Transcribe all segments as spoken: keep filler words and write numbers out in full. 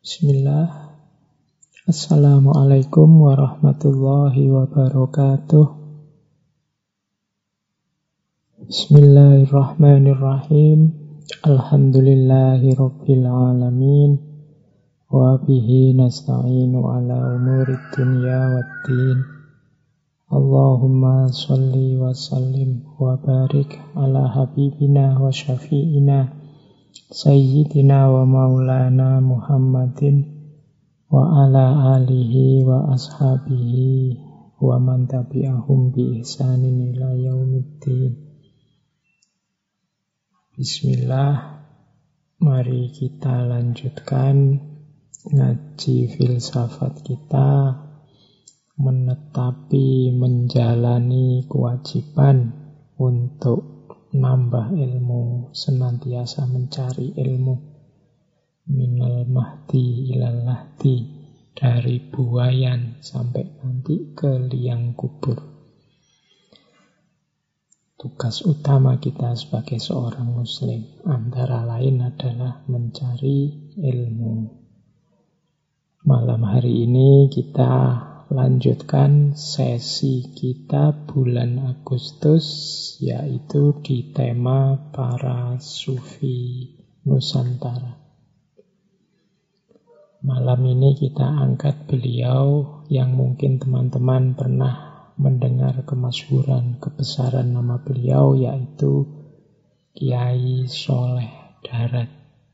Bismillah. Assalamualaikum warahmatullahi wabarakatuh. Bismillahirrahmanirrahim. Alhamdulillahi rabbil alamin. Wa bihi nasta'inu ala umurid dunya waddin. Allahumma salli wa sallim wa barik ala habibina wa syafi'ina Sayyidina wa maulana Muhammadin wa ala alihi wa ashabihi wa man tabi'ahum bi ihsanin ila yaumiddin. Bismillah, mari kita lanjutkan ngaji filsafat kita, menetapi, menjalani kewajiban untuk nambah ilmu, senantiasa mencari ilmu. Minal mahdi ilal lahdi, dari buayan sampai nanti ke liang kubur. Tugas utama kita sebagai seorang muslim antara lain adalah mencari ilmu. Malam hari ini kita lanjutkan sesi kita bulan Agustus, yaitu di tema para sufi Nusantara. Malam ini kita angkat beliau yang mungkin teman-teman pernah mendengar kemasyhuran, kebesaran nama beliau, yaitu Kiai Soleh Darat.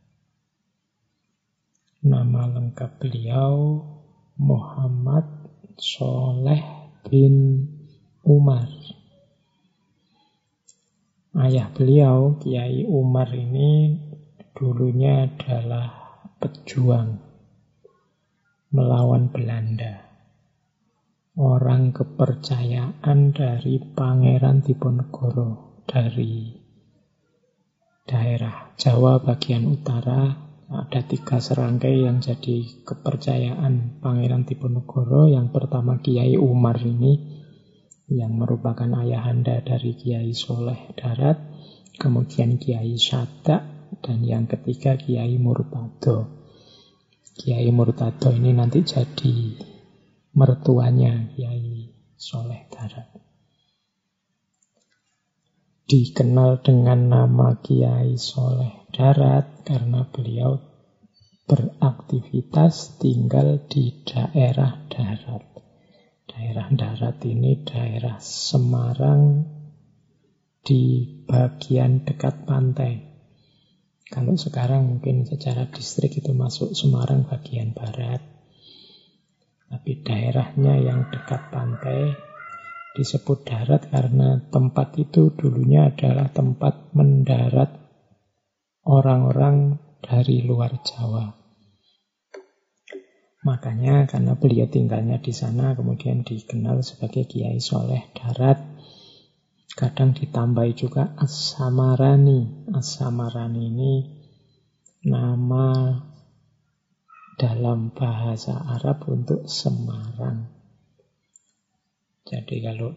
Nama lengkap beliau Muhammad Soleh bin Umar. Ayah beliau, Kiai Umar ini dulunya adalah pejuang melawan Belanda. Orang kepercayaan dari Pangeran Diponegoro dari daerah Jawa bagian utara. Ada tiga serangkai yang jadi kepercayaan Pangeran Diponegoro. Yang pertama Kiai Umar ini, yang merupakan ayahanda dari Kiai Soleh Darat. Kemudian Kiai Sadak. Dan yang ketiga Kiai Murtado. Kiai Murtado ini nanti jadi mertuanya Kiai Soleh Darat. Dikenal dengan nama Kiai Soleh Darat karena beliau beraktivitas tinggal di daerah darat. Daerah darat ini daerah Semarang di bagian dekat pantai. Kalau sekarang mungkin secara distrik itu masuk Semarang bagian barat. Tapi daerahnya yang dekat pantai disebut darat karena tempat itu dulunya adalah tempat mendarat orang-orang dari luar Jawa. Makanya karena beliau tinggalnya di sana, kemudian dikenal sebagai Kiai Soleh Darat. Kadang ditambahi juga As-Samarani. As-Samarani ini nama dalam bahasa Arab untuk Semarang. Jadi kalau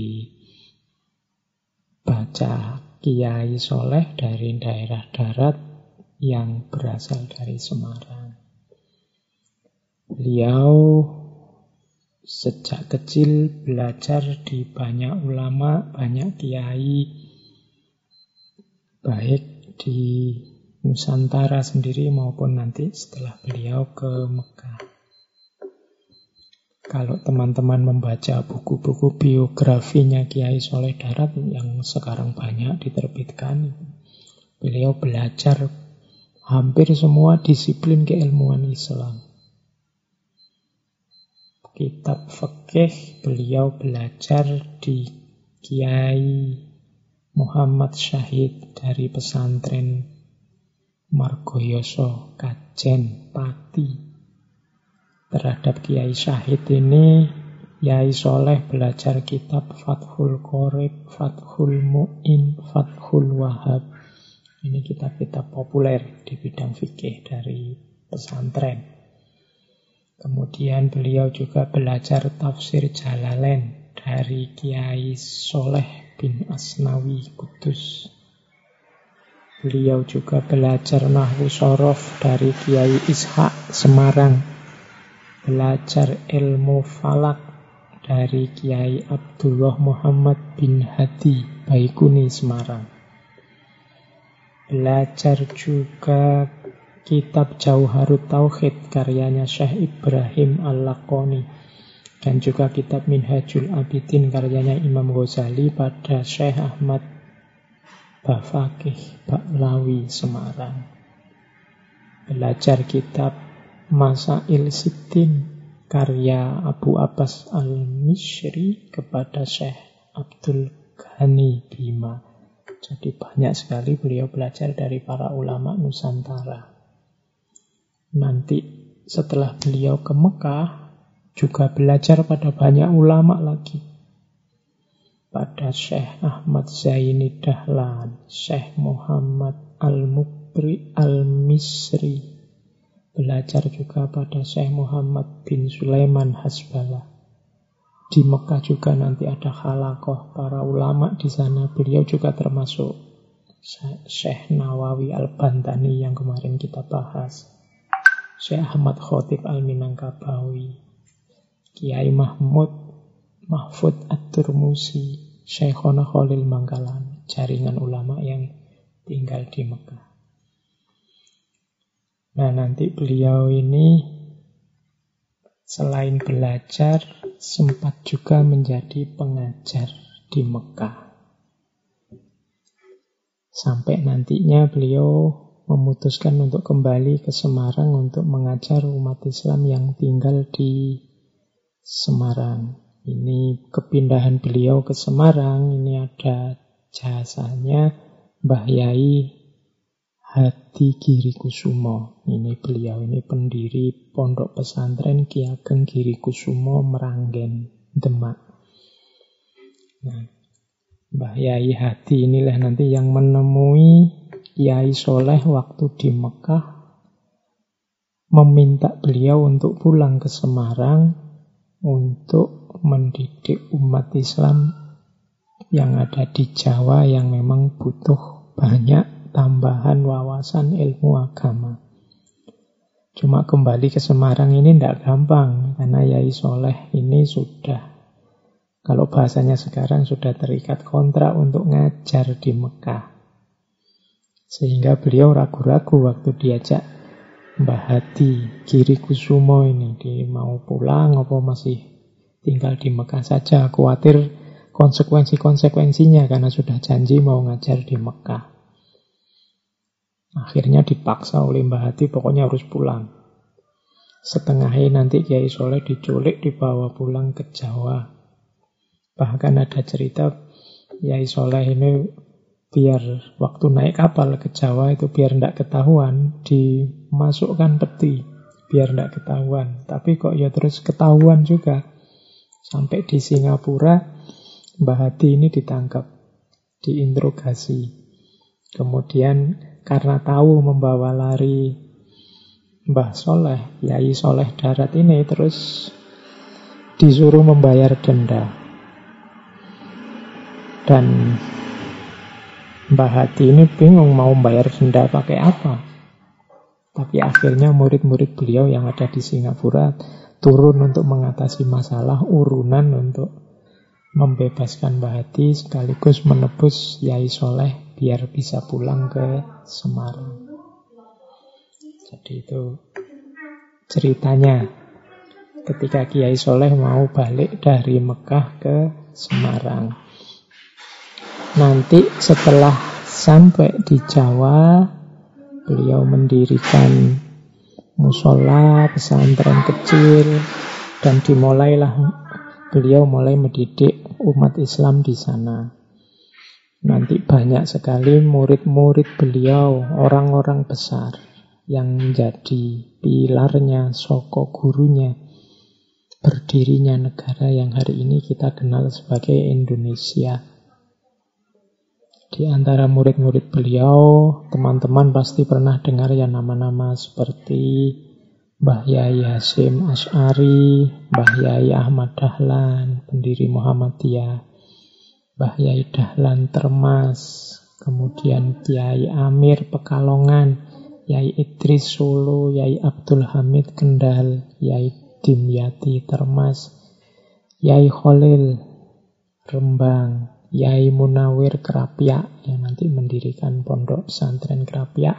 dibaca Kiai Soleh dari daerah darat yang berasal dari Semarang. Beliau sejak kecil belajar di banyak ulama, banyak kiai, baik di Nusantara sendiri maupun nanti setelah beliau ke Mekah. Kalau teman-teman membaca buku-buku biografinya Kiai Soleh Darat yang sekarang banyak diterbitkan, beliau belajar hampir semua disiplin keilmuan Islam. Kitab fikih beliau belajar di Kiai Muhammad Syahid dari pesantren Margoyoso Kajen Pati. Terhadap Kiai Syahid ini, Kiai Soleh belajar kitab Fathul Qorib, Fathul Mu'in, Fathul Wahab. Ini kitab-kitab populer di bidang fikih dari pesantren. Kemudian beliau juga belajar tafsir Jalalain dari Kiai Soleh bin Asnawi Kudus. Beliau juga belajar nahwu shorof dari Kiai Ishak Semarang. Belajar ilmu falak dari Kiai Abdullah Muhammad bin Hadi Baikuni Semarang. Belajar juga kitab Jauharut Tauhid karyanya Syekh Ibrahim Al-Laqoni. Dan juga kitab Minhajul Abidin karyanya Imam Ghazali pada Syekh Ahmad Bafakih Baklawi Semarang. Belajar kitab Masail Sittin karya Abu Abbas Al-Mishri kepada Syekh Abdul Ghani Bima. Jadi banyak sekali beliau belajar dari para ulama Nusantara. Nanti setelah beliau ke Mekah juga belajar pada banyak ulama lagi. Pada Syekh Ahmad Zaini Dahlan, Syekh Muhammad Al-Mukri Al-Misri. Belajar juga pada Syekh Muhammad bin Sulaiman Hasbalah. Di Mekah juga nanti ada halaqah para ulama di sana. Beliau juga termasuk Syekh Nawawi Al-Bantani yang kemarin kita bahas. Syekh Ahmad Khotib Al-Minangkabawi, Kiai Mahmud Mahfud At-Turmusi, Syekhona Khalil Mangkalani, jaringan ulama yang tinggal di Mekah. Nah, nanti beliau ini selain belajar, sempat juga menjadi pengajar di Mekah. Sampai nantinya beliau memutuskan untuk kembali ke Semarang untuk mengajar umat Islam yang tinggal di Semarang. Ini kepindahan beliau ke Semarang, ini ada jasanya Mbah Yai Hadi Girikusumo. Ini beliau, ini pendiri Pondok Pesantren Ki Ageng Girikusumo Meranggen, Demak. Nah, Mbah Yai Hadi inilah nanti yang menemui Kiai Soleh waktu di Mekah, meminta beliau untuk pulang ke Semarang untuk mendidik umat Islam yang ada di Jawa yang memang butuh banyak tambahan wawasan ilmu agama. Cuma kembali ke Semarang ini tidak gampang, karena Yai Soleh ini sudah, kalau bahasanya sekarang, sudah terikat kontrak untuk ngajar di Mekah. Sehingga beliau ragu-ragu waktu diajak Mbah Hadi Girikusumo ini, dia mau pulang apa masih tinggal di Mekah saja. Khawatir konsekuensi-konsekuensinya karena sudah janji mau ngajar di Mekah. Akhirnya dipaksa oleh Mbah Hadi, pokoknya harus pulang. Setengahnya nanti Kiai Soleh diculik, dibawa pulang ke Jawa. Bahkan ada cerita Kiai Soleh ini biar waktu naik kapal ke Jawa itu biar tidak ketahuan, dimasukkan peti biar tidak ketahuan. Tapi kok ya terus ketahuan juga. Sampai di Singapura Mbah Hadi ini ditangkap, diinterogasi. Kemudian karena tahu membawa lari Mbah Soleh, Yai Soleh Darat ini, terus disuruh membayar denda. Dan Mbah Hadi ini bingung mau bayar denda pakai apa. Tapi akhirnya murid-murid beliau yang ada di Singapura turun untuk mengatasi masalah, urunan untuk membebaskan Mbah Hadi sekaligus menebus Yai Soleh biar bisa pulang ke Semarang. Jadi itu ceritanya ketika Kiai Soleh mau balik dari Mekah ke Semarang. Nanti setelah sampai di Jawa, beliau mendirikan musola, pesantren kecil, dan dimulailah beliau mulai mendidik umat Islam di sana. Nanti banyak sekali murid-murid beliau, orang-orang besar yang menjadi pilarnya, soko gurunya, berdirinya negara yang hari ini kita kenal sebagai Indonesia. Di antara murid-murid beliau, teman-teman pasti pernah dengar ya nama-nama seperti Mbah Yai Hasyim Asy'ari, Mbah Yai Ahmad Dahlan, pendiri Muhammadiyah, Mbah Yai Dahlan Termas, kemudian Kiai Amir Pekalongan, Yai Idris Solo, Yai Abdul Hamid Kendal, Yai Dimyati Termas, Yai Khalil Rembang, Yai Munawir Krapyak yang nanti mendirikan pondok pesantren Krapyak,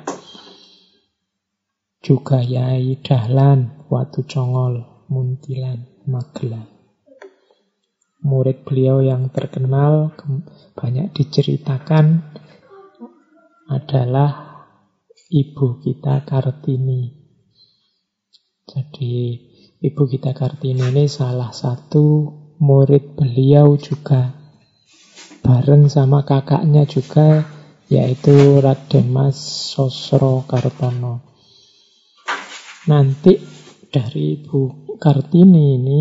juga Yai Dahlan Watu Congol, Muntilan, Magelang. Murid beliau yang terkenal banyak diceritakan adalah ibu kita Kartini. Jadi ibu kita Kartini ini salah satu murid beliau juga, bareng sama kakaknya juga, yaitu Raden Mas Sosro Kartono. Nanti dari ibu Kartini ini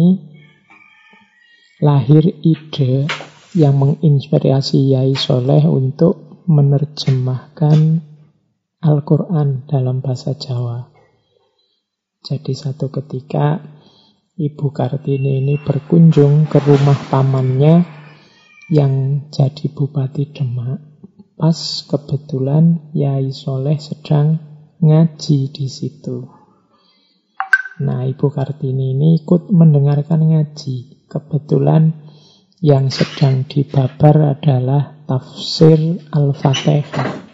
lahir ide yang menginspirasi Yai Soleh untuk menerjemahkan Al-Quran dalam bahasa Jawa. Jadi satu ketika Ibu Kartini ini berkunjung ke rumah pamannya yang jadi Bupati Demak. Pas kebetulan Yai Soleh sedang ngaji di situ. Nah, Ibu Kartini ini ikut mendengarkan ngaji. Kebetulan yang sedang dibabar adalah tafsir Al-Fatihah.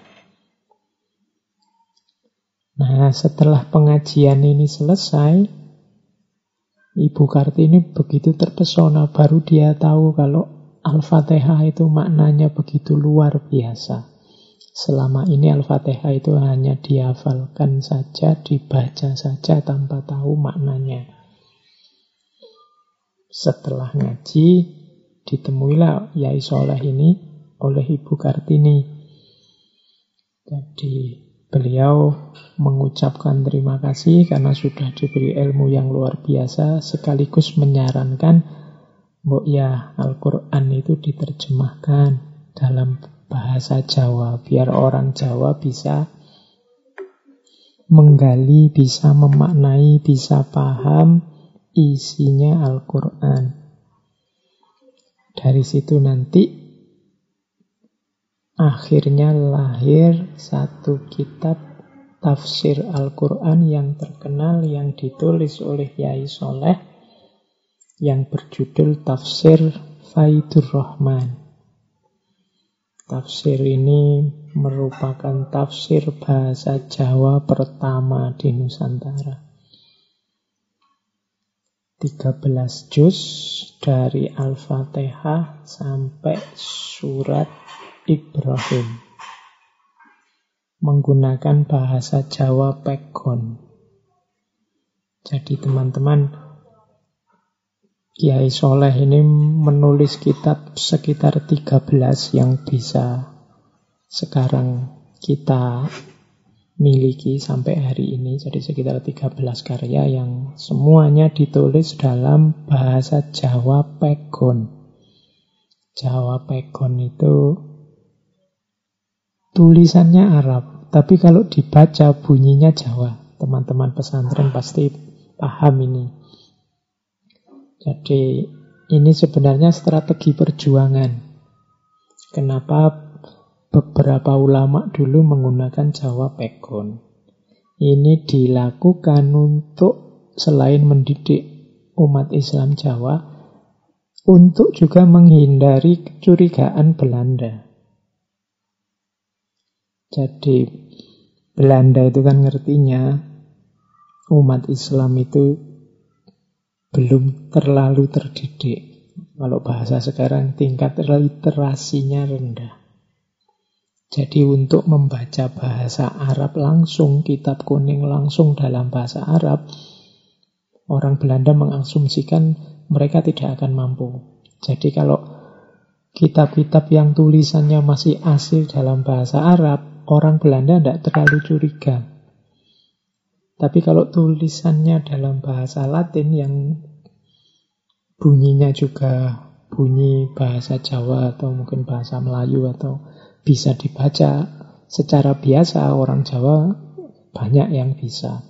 Nah, setelah pengajian ini selesai, Ibu Kartini begitu terpesona, baru dia tahu kalau Al-Fatihah itu maknanya begitu luar biasa. Selama ini Al-Fatihah itu hanya dihafalkan saja, dibaca saja tanpa tahu maknanya. Setelah ngaji, ditemuilah Yai Soleh ini oleh Ibu Kartini. Jadi beliau mengucapkan terima kasih karena sudah diberi ilmu yang luar biasa, sekaligus menyarankan, mbok ya Al-Quran itu diterjemahkan dalam bahasa Jawa, biar orang Jawa bisa menggali, bisa memaknai, bisa paham isinya Al-Quran. Dari situ nanti akhirnya lahir satu kitab tafsir Al-Quran yang terkenal yang ditulis oleh Yai Soleh yang berjudul Tafsir Faidur Rahman. Tafsir ini merupakan tafsir bahasa Jawa pertama di Nusantara. tiga belas juz dari Al-Fatihah sampai surat Ibrahim, menggunakan bahasa Jawa Pegon. Jadi teman-teman, Kiai Soleh ini menulis kitab sekitar tiga belas yang bisa sekarang kita miliki sampai hari ini. Jadi sekitar tiga belas karya yang semuanya ditulis dalam bahasa Jawa Pegon. Jawa Pegon itu tulisannya Arab, tapi kalau dibaca bunyinya Jawa. Teman-teman pesantren pasti paham ini. Jadi ini sebenarnya strategi perjuangan. Kenapa beberapa ulama dulu menggunakan Jawa Pegon? Ini dilakukan untuk selain mendidik umat Islam Jawa, untuk juga menghindari kecurigaan Belanda. Jadi Belanda itu kan ngertinya umat Islam itu belum terlalu terdidik. Kalau bahasa sekarang tingkat literasinya rendah. Jadi untuk membaca bahasa Arab langsung, kitab kuning langsung dalam bahasa Arab, orang Belanda mengasumsikan mereka tidak akan mampu. Jadi kalau kitab-kitab yang tulisannya masih asli dalam bahasa Arab, orang Belanda tidak terlalu curiga. Tapi kalau tulisannya dalam bahasa Latin yang bunyinya juga bunyi bahasa Jawa atau mungkin bahasa Melayu atau bisa dibaca secara biasa, orang Jawa banyak yang bisa.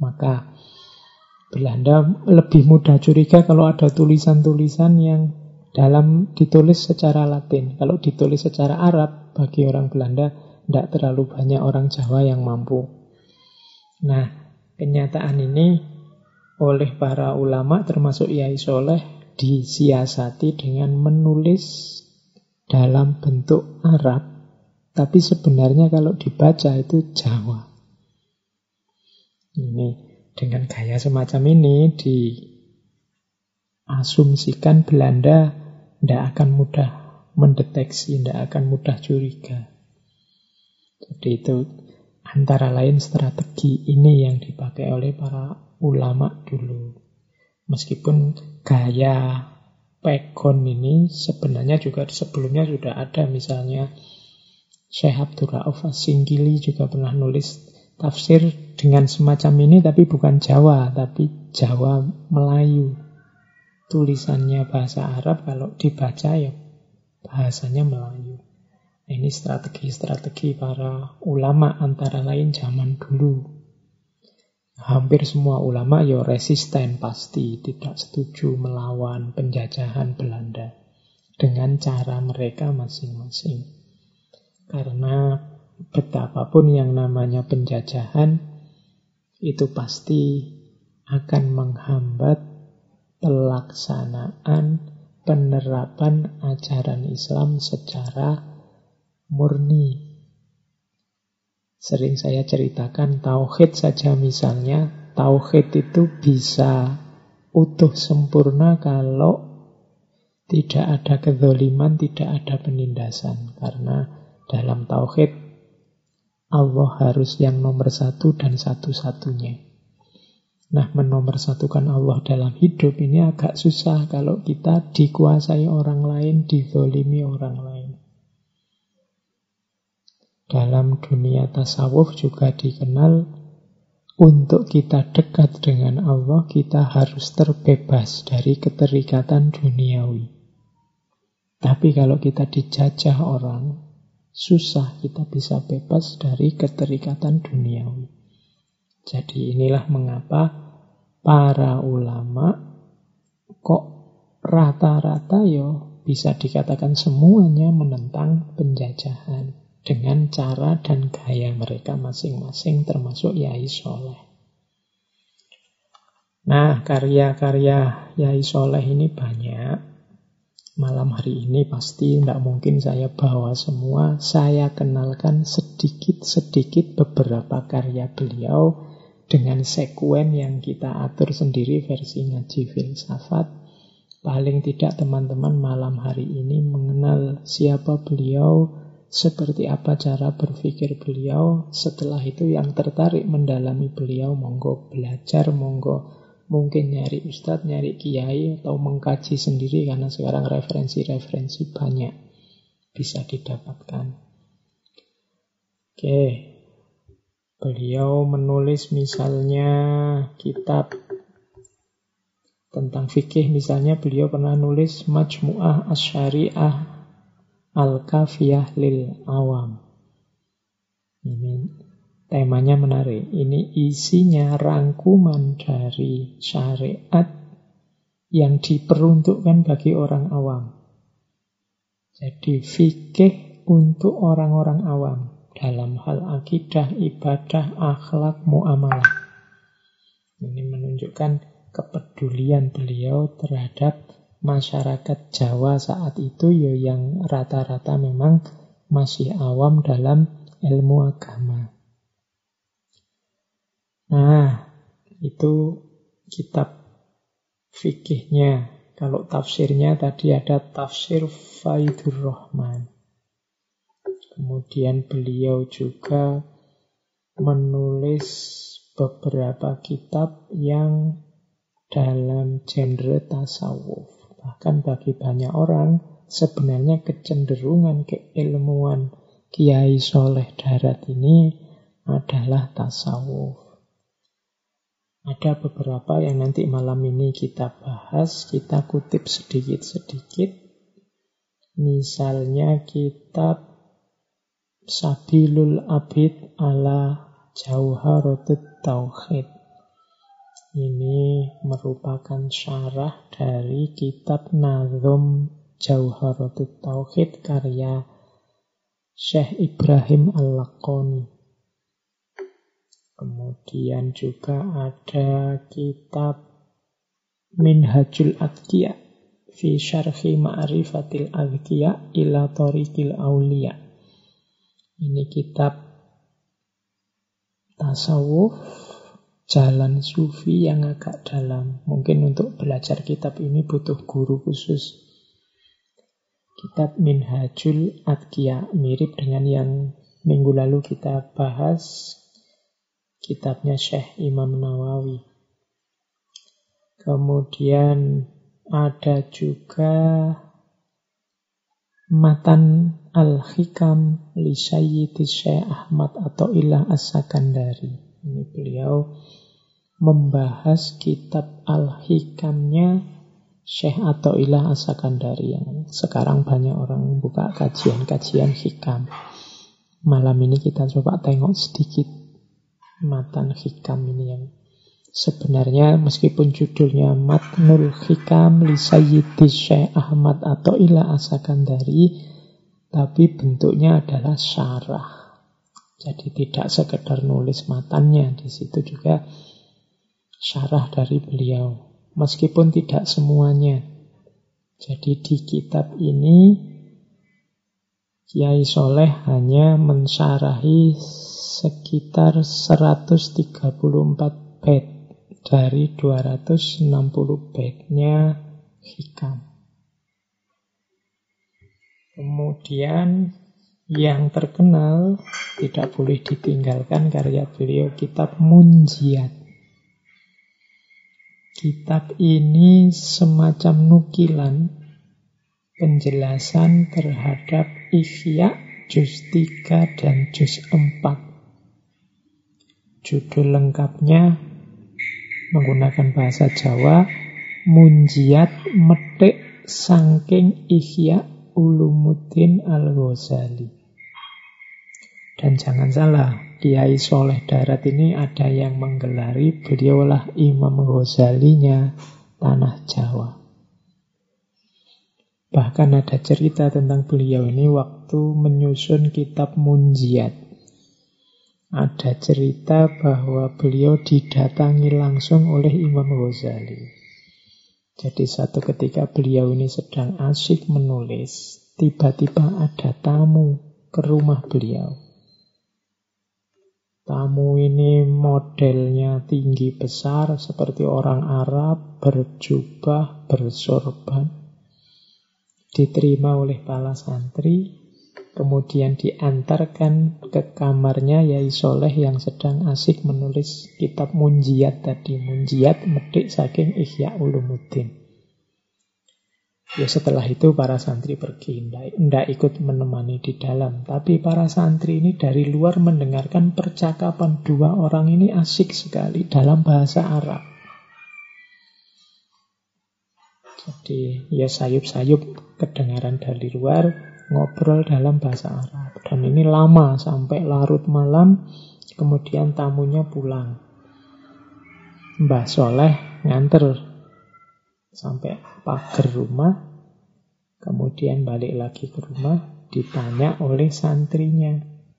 Maka Belanda lebih mudah curiga kalau ada tulisan-tulisan yang dalam ditulis secara Latin. Kalau ditulis secara Arab, bagi orang Belanda tidak terlalu banyak orang Jawa yang mampu. Nah, kenyataan ini oleh para ulama termasuk Yai Soleh disiasati dengan menulis dalam bentuk Arab, tapi sebenarnya kalau dibaca itu Jawa. Ini dengan gaya semacam ini diasumsikan Belanda tidak akan mudah mendeteksi, tidak akan mudah curiga. Jadi itu antara lain strategi ini yang dipakai oleh para ulama dulu. Meskipun gaya pegon ini sebenarnya juga sebelumnya sudah ada. Misalnya Syekh Abdul Rauf As-Singkili juga pernah nulis tafsir dengan semacam ini, tapi bukan Jawa, tapi Jawa Melayu. Tulisannya bahasa Arab, kalau dibaca ya bahasanya Melayu. Ini strategi-strategi para ulama antara lain zaman dulu. Hampir semua ulama ya resisten pasti, tidak setuju melawan penjajahan Belanda dengan cara mereka masing-masing. Karena betapapun yang namanya penjajahan itu pasti akan menghambat pelaksanaan penerapan ajaran Islam secara murni. Sering saya ceritakan tauhid saja misalnya, tauhid itu bisa utuh sempurna kalau tidak ada kedzaliman, tidak ada penindasan. Karena dalam tauhid Allah harus yang nomor satu dan satu-satunya. Nah, menomorsatukan Allah dalam hidup ini agak susah kalau kita dikuasai orang lain, dizalimi orang lain. Dalam dunia tasawuf juga dikenal untuk kita dekat dengan Allah, kita harus terbebas dari keterikatan duniawi. Tapi kalau kita dijajah orang, susah kita bisa bebas dari keterikatan duniawi. Jadi inilah mengapa para ulama kok rata-rata yo bisa dikatakan semuanya menentang penjajahan dengan cara dan gaya mereka masing-masing, termasuk Yai Soleh. Nah, karya-karya Yai Soleh ini banyak. Malam hari ini pasti tidak mungkin saya bawa semua. Saya kenalkan sedikit-sedikit beberapa karya beliau dengan sekuen yang kita atur sendiri versi ngaji filsafat. Paling tidak teman-teman malam hari ini mengenal siapa beliau, seperti apa cara berpikir beliau. Setelah itu yang tertarik mendalami beliau, monggo belajar, monggo mungkin nyari ustadz, nyari kiai, atau mengkaji sendiri, karena sekarang referensi-referensi banyak bisa didapatkan. Oke, beliau menulis misalnya kitab tentang fikih, misalnya beliau pernah nulis Majmu'ah Asy-Syari'ah Al-Kafiyah lil Awam. Ini temanya menarik. Ini isinya rangkuman dari syariat yang diperuntukkan bagi orang awam. Jadi fikih untuk orang-orang awam dalam hal akidah, ibadah, akhlak, muamalah. Ini menunjukkan kepedulian beliau terhadap masyarakat Jawa saat itu ya, yang rata-rata memang masih awam dalam ilmu agama. Nah, itu kitab fikihnya. Kalau tafsirnya tadi ada tafsir Faidur Rahman. Kemudian beliau juga menulis beberapa kitab yang dalam genre tasawuf. Bahkan bagi banyak orang sebenarnya kecenderungan keilmuan Kiai Soleh Darat ini adalah tasawuf. Ada beberapa yang nanti malam ini kita bahas, kita kutip sedikit-sedikit. Misalnya kitab Sabilul Abid ala Jauharatut Tauhid. Ini merupakan syarah dari kitab Nazom Jauharatut Tauhid karya Syekh Ibrahim Al-Laqani. Kemudian juga ada kitab Minhajul Adqiya fi Syarhi Ma'rifatil Adqiya ila Thariqil Auliya. Ini kitab tasawuf, jalan sufi yang agak dalam. Mungkin untuk belajar kitab ini butuh guru khusus. Kitab Minhajul Adqiya mirip dengan yang minggu lalu kita bahas, kitabnya Syekh Imam Nawawi. Kemudian ada juga Matan Al-Hikam li Sayyidi Syekh Ahmad Atha'illah As-Sakandari. Ini beliau membahas kitab Al-Hikamnya Syekh Atha'illah As-Sakandari yang sekarang banyak orang buka kajian-kajian hikam. Malam ini kita coba tengok sedikit Matan Hikam ini yang sebenarnya meskipun judulnya Matnul Hikam li Sayyidi Syekh Ahmad Atha'illah As-Sakandari, tapi bentuknya adalah syarah. Jadi tidak sekedar nulis matannya, di situ juga syarah dari beliau. Meskipun tidak semuanya. Jadi di kitab ini Kiai Soleh hanya mensyarahi sekitar seratus tiga puluh empat bait dari dua ratus enam puluh baitnya hikam. Kemudian yang terkenal tidak boleh ditinggalkan karya beliau, kitab Munjiat. Kitab ini semacam nukilan penjelasan terhadap Ihya juz tiga dan juz empat. Judul lengkapnya menggunakan bahasa Jawa, Munjiat Metik Sangking Ihya Ulumuddin Al-Ghazali. Dan jangan salah, Kiai Soleh Darat ini ada yang menggelari beliaulah Imam Ghazalinya tanah Jawa. Bahkan ada cerita tentang beliau ini waktu menyusun kitab Munjiat. Ada cerita bahwa beliau didatangi langsung oleh Imam Ghazali. Jadi satu ketika beliau ini sedang asyik menulis, tiba-tiba ada tamu ke rumah beliau. Tamu ini modelnya tinggi besar seperti orang Arab, berjubah, bersorban. Diterima oleh para santri. Kemudian diantarkan ke kamarnya Yai Soleh yang sedang asik menulis kitab Munjiat tadi. Munjiat medik saking Ihya Ulumuddin. Ya setelah itu para santri pergi, tidak ikut menemani di dalam. Tapi para santri ini dari luar mendengarkan percakapan dua orang ini asik sekali dalam bahasa Arab. Jadi ya sayup-sayup kedengaran dari luar, ngobrol dalam bahasa Arab. Dan ini lama sampai larut malam. Kemudian tamunya pulang. Mbah Soleh nganter sampai pagar rumah. Kemudian balik lagi ke rumah. Ditanya oleh santrinya,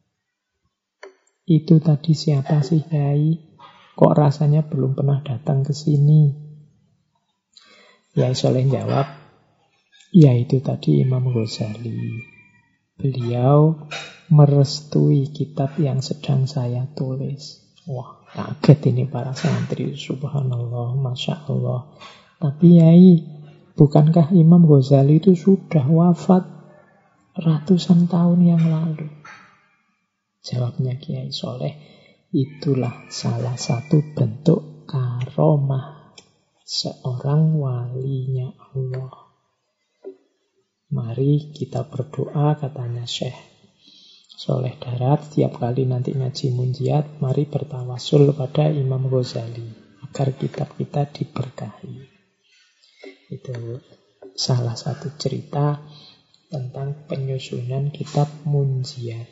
itu tadi siapa sih Yai? Kok rasanya belum pernah datang ke sini? Yai Soleh jawab, ya itu tadi Imam Ghazali. Beliau merestui kitab yang sedang saya tulis. Wah, kaget ini para santri. Subhanallah, Masya Allah. Tapi Yai, bukankah Imam Ghazali itu sudah wafat ratusan tahun yang lalu? Jawabnya Kiai Soleh, itulah salah satu bentuk karomah seorang walinya Allah. Mari kita berdoa, katanya Syekh Soleh Darat, setiap kali nanti ngaji Munjiat, mari bertawasul pada Imam Ghazali agar kitab kita diberkahi. Itu salah satu cerita tentang penyusunan kitab Munjiat.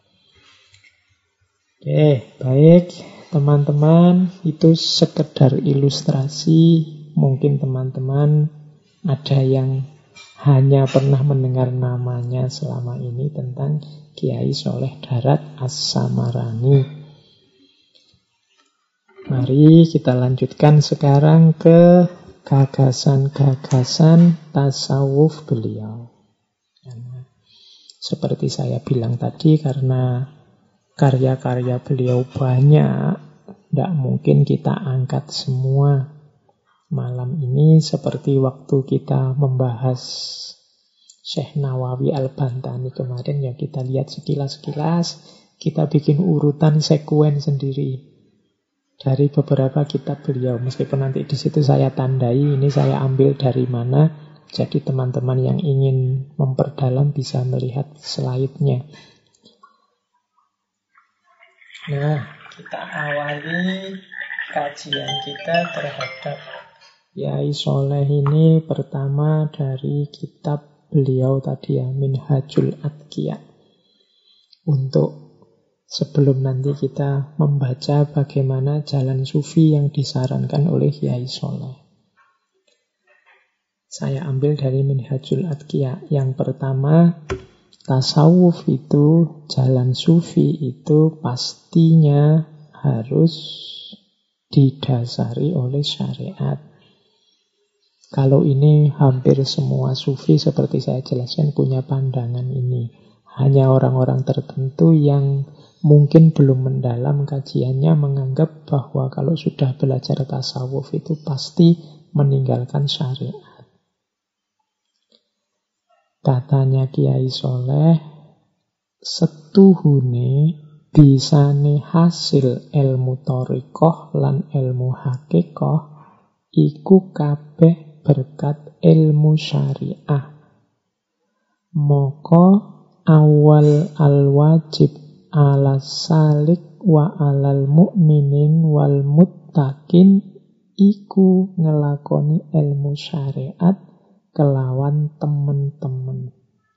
Oke, baik teman-teman, itu sekedar ilustrasi. Mungkin teman-teman ada yang hanya pernah mendengar namanya selama ini tentang Kiai Soleh Darat As-Samarani. Mari kita lanjutkan sekarang ke gagasan-gagasan tasawuf beliau. Seperti saya bilang tadi, karena karya-karya beliau banyak, tidak mungkin kita angkat semua. Malam ini seperti waktu kita membahas Syekh Nawawi Al-Bantani kemarin, ya kita lihat sekilas-sekilas, kita bikin urutan sekuen sendiri dari beberapa kitab beliau. Meskipun nanti di situ saya tandai ini saya ambil dari mana, jadi teman-teman yang ingin memperdalam bisa melihat slide-nya. Nah, kita awali kajian kita terhadap Kiai Soleh ini pertama dari kitab beliau tadi ya, Minhajul Atqiya. Untuk sebelum nanti kita membaca bagaimana jalan sufi yang disarankan oleh Kiai Soleh. Saya ambil dari Minhajul Atqiya. Yang pertama, tasawuf itu, jalan sufi itu pastinya harus didasari oleh syariat. Kalau ini hampir semua sufi seperti saya jelaskan punya pandangan ini. Hanya orang-orang tertentu yang mungkin belum mendalam kajiannya menganggap bahwa kalau sudah belajar tasawuf itu pasti meninggalkan syariat. Katanya Kiai Soleh, setuhune bisane hasil ilmu thariqah lan ilmu hakikah iku kabeh berkat ilmu syariah. Moko awal al-wajib ala salik wa alal mu'minin wal muttaqin iku ngelakoni ilmu syariat kelawan temen-temen.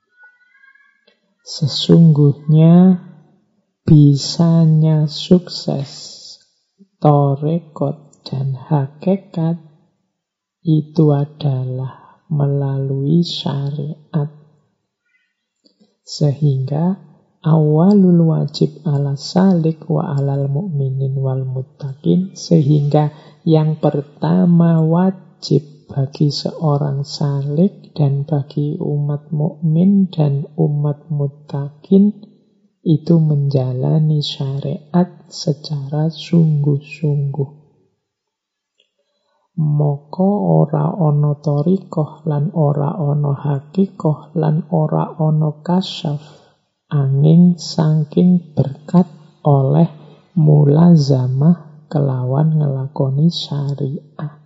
Sesungguhnya bisanya sukses thariqat dan hakikat itu adalah melalui syariat. Sehingga awalul wajib ala salik wa alal mu'minin wal muttaqin, sehingga yang pertama wajib bagi seorang salik dan bagi umat mukmin dan umat muttaqin itu menjalani syariat secara sungguh-sungguh. Moko ora ono thariqah lan ora ono hakikah lan ora ono kasyaf angin saking berkat oleh mulazamah kelawan ngelakoni syariah.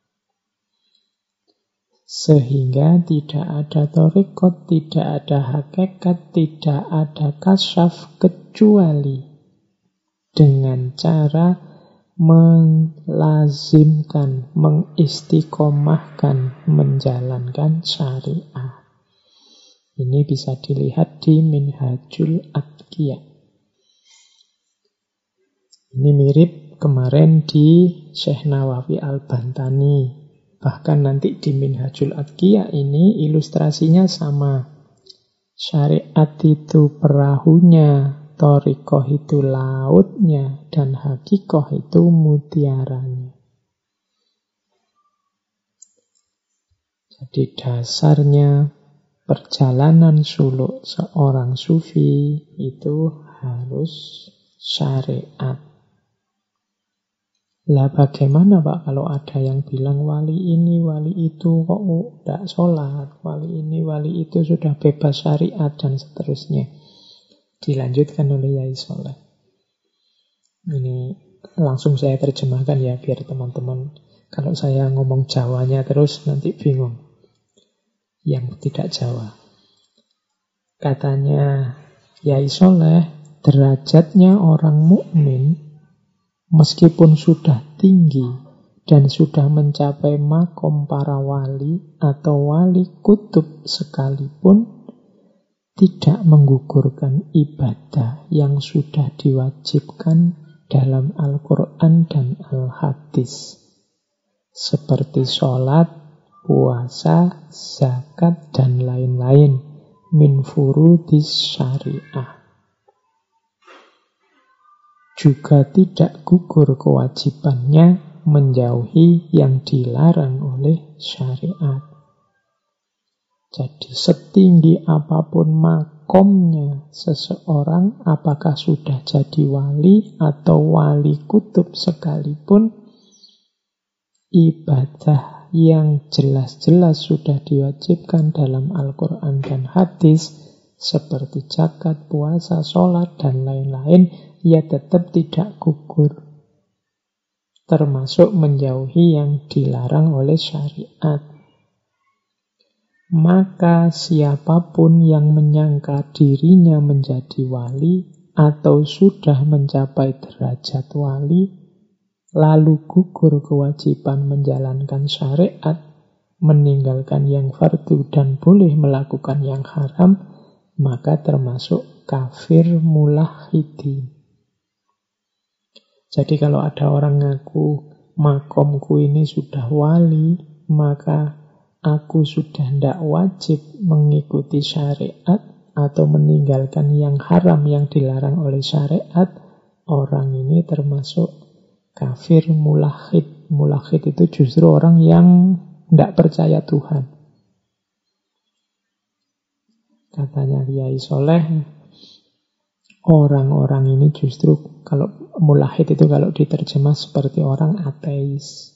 Sehingga tidak ada thariqah, tidak ada hakikat, tidak ada kasyaf kecuali dengan cara melazimkan, mengistiqomahkan, menjalankan syariah. Ini bisa dilihat di Minhajul Atqiya. Ini mirip kemarin di Syekh Nawawi Al-Bantani. Bahkan nanti di Minhajul Atqiya ini ilustrasinya sama. Syariat itu perahunya, thariqah itu lautnya, dan hakikah itu mutiaranya. Jadi dasarnya perjalanan suluk seorang sufi itu harus syariat. Lah bagaimana Pak kalau ada yang bilang wali ini, wali itu kok tidak sholat, wali ini, wali itu sudah bebas syariat dan seterusnya. Dilanjutkan oleh Kiai Soleh. Ini langsung saya terjemahkan ya biar teman-teman, kalau saya ngomong Jawanya terus nanti bingung yang tidak Jawa. Katanya Kiai Soleh, derajatnya orang mukmin meskipun sudah tinggi dan sudah mencapai makom para wali atau wali kutub sekalipun, tidak menggugurkan ibadah yang sudah diwajibkan dalam Al-Quran dan Al-Hadis. Seperti sholat, puasa, zakat, dan lain-lain. Min furudis syariah. Juga tidak gugur kewajibannya menjauhi yang dilarang oleh syariat. Jadi setinggi apapun makomnya seseorang, apakah sudah jadi wali atau wali kutub sekalipun, ibadah yang jelas-jelas sudah diwajibkan dalam Al-Quran dan hadis, seperti zakat, puasa, sholat, dan lain-lain, ia tetap tidak gugur. Termasuk menjauhi yang dilarang oleh syariat. Maka siapapun yang menyangka dirinya menjadi wali atau sudah mencapai derajat wali, lalu gugur kewajiban menjalankan syariat, meninggalkan yang fardu dan boleh melakukan yang haram, maka termasuk kafir mulahhidin. Jadi kalau ada orang ngaku makomku ini sudah wali, maka aku sudah tidak wajib mengikuti syariat atau meninggalkan yang haram yang dilarang oleh syariat, orang ini termasuk kafir mulahhid. Mulahhid itu justru orang yang tidak percaya Tuhan. Katanya Kiai Soleh, orang-orang ini justru, kalau mulahhid itu kalau diterjemah seperti orang ateis.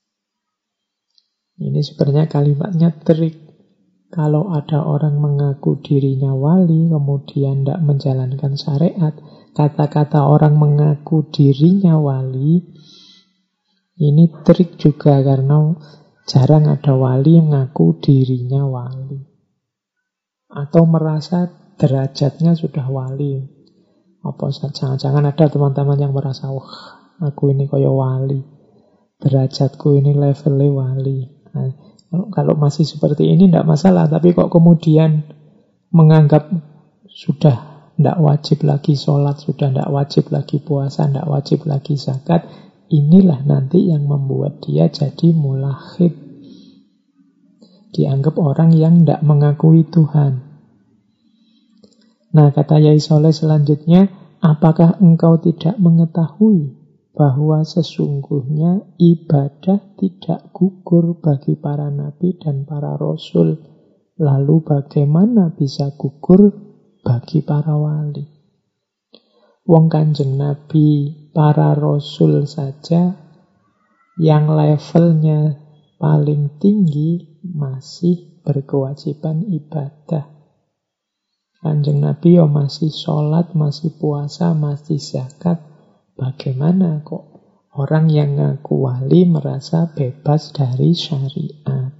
Ini sebenarnya kalimatnya trik. Kalau ada orang mengaku dirinya wali, kemudian tidak menjalankan syariat, kata-kata orang mengaku dirinya wali, ini trik juga karena jarang ada wali yang mengaku dirinya wali. Atau merasa derajatnya sudah wali. Apa jangan-jangan ada teman-teman yang merasa, wah, aku ini kaya wali. Derajatku ini levelnya wali. Nah, kalau masih seperti ini tidak masalah, tapi kok kemudian menganggap sudah tidak wajib lagi sholat, sudah tidak wajib lagi puasa, tidak wajib lagi zakat, inilah nanti yang membuat dia jadi mulahhid. Dianggap orang yang tidak mengakui Tuhan. Nah, kata Yai Soleh selanjutnya, apakah engkau tidak mengetahui bahwa sesungguhnya ibadah tidak gugur bagi para nabi dan para rasul? Lalu bagaimana bisa gugur bagi para wali? Wong Kanjeng Nabi, para rasul saja yang levelnya paling tinggi masih berkewajiban ibadah. Kanjeng Nabi ya masih sholat, masih puasa, masih zakat. Bagaimana kok orang yang ngaku wali merasa bebas dari syariat?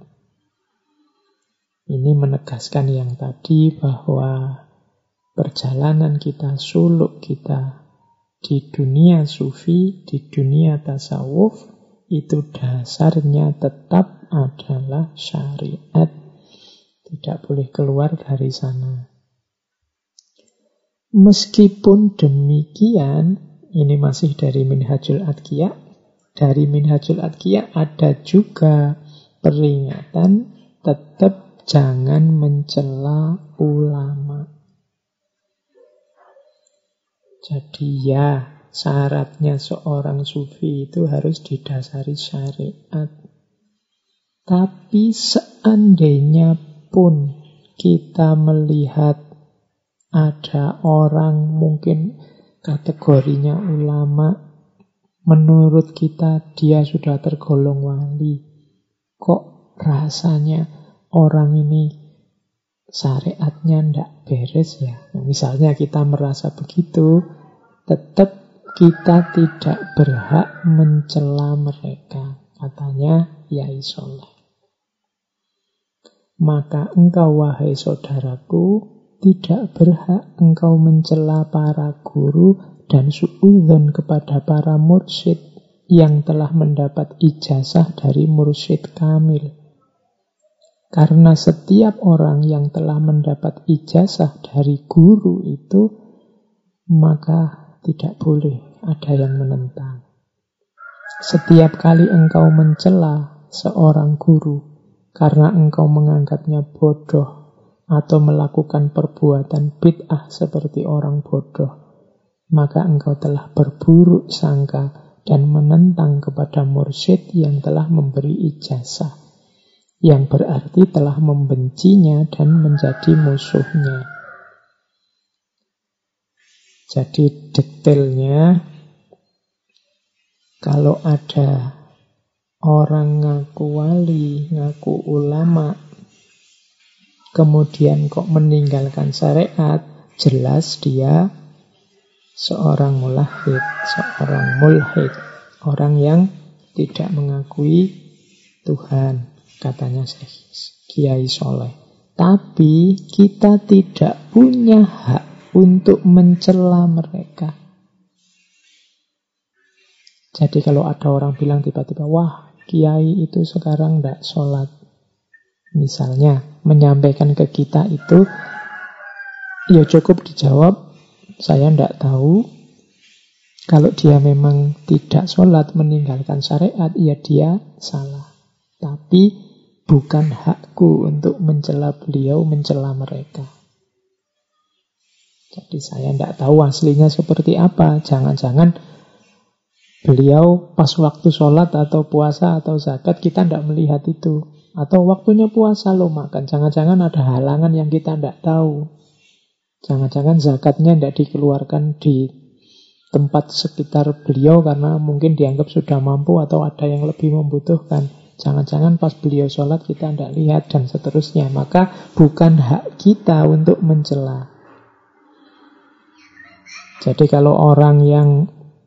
Ini menegaskan yang tadi bahwa perjalanan kita, suluk kita di dunia sufi, di dunia tasawuf, itu dasarnya tetap adalah syariat. Tidak boleh keluar dari sana. Meskipun demikian, ini masih dari Minhajul Adqiyah. Dari Minhajul Adqiyah ada juga peringatan tetap jangan mencela ulama. Jadi ya, syaratnya seorang sufi itu harus didasari syariat. Tapi seandainya pun kita melihat ada orang mungkin kategorinya ulama, menurut kita dia sudah tergolong wali, kok rasanya orang ini syariatnya tidak beres ya. Misalnya kita merasa begitu, tetap kita tidak berhak mencela mereka, katanya Yai Soleh. Maka engkau wahai saudaraku, tidak berhak engkau mencela para guru dan suudzon kepada para mursyid yang telah mendapat ijazah dari mursyid kamil. Karena setiap orang yang telah mendapat ijazah dari guru itu, maka tidak boleh ada yang menentang. Setiap kali engkau mencela seorang guru, karena engkau menganggapnya bodoh atau melakukan perbuatan bid'ah seperti orang bodoh, maka engkau telah berburuk sangka dan menentang kepada mursyid yang telah memberi ijazah, yang berarti telah membencinya dan menjadi musuhnya. Jadi detailnya, kalau ada orang ngaku wali, ngaku ulama, kemudian kok meninggalkan syariat, jelas dia seorang mulahid, seorang mulhid, orang yang tidak mengakui Tuhan, katanya Kiai Soleh. Tapi kita tidak punya hak untuk mencela mereka. Jadi kalau ada orang bilang tiba-tiba, wah Kiai itu sekarang tidak sholat, misalnya menyampaikan ke kita itu, ya cukup dijawab, saya tidak tahu. Kalau dia memang tidak sholat, meninggalkan syariat, ya dia salah. Tapi bukan hakku untuk mencela beliau, mencela mereka. Jadi saya tidak tahu aslinya seperti apa. Jangan-jangan beliau pas waktu sholat atau puasa atau zakat kita tidak melihat itu. Atau waktunya puasa lo makan. Jangan-jangan ada halangan yang kita tidak tahu. Jangan-jangan zakatnya tidak dikeluarkan di tempat sekitar beliau karena mungkin dianggap sudah mampu atau ada yang lebih membutuhkan. Jangan-jangan pas beliau sholat kita tidak lihat dan seterusnya. Maka bukan hak kita untuk mencela. Jadi kalau orang yang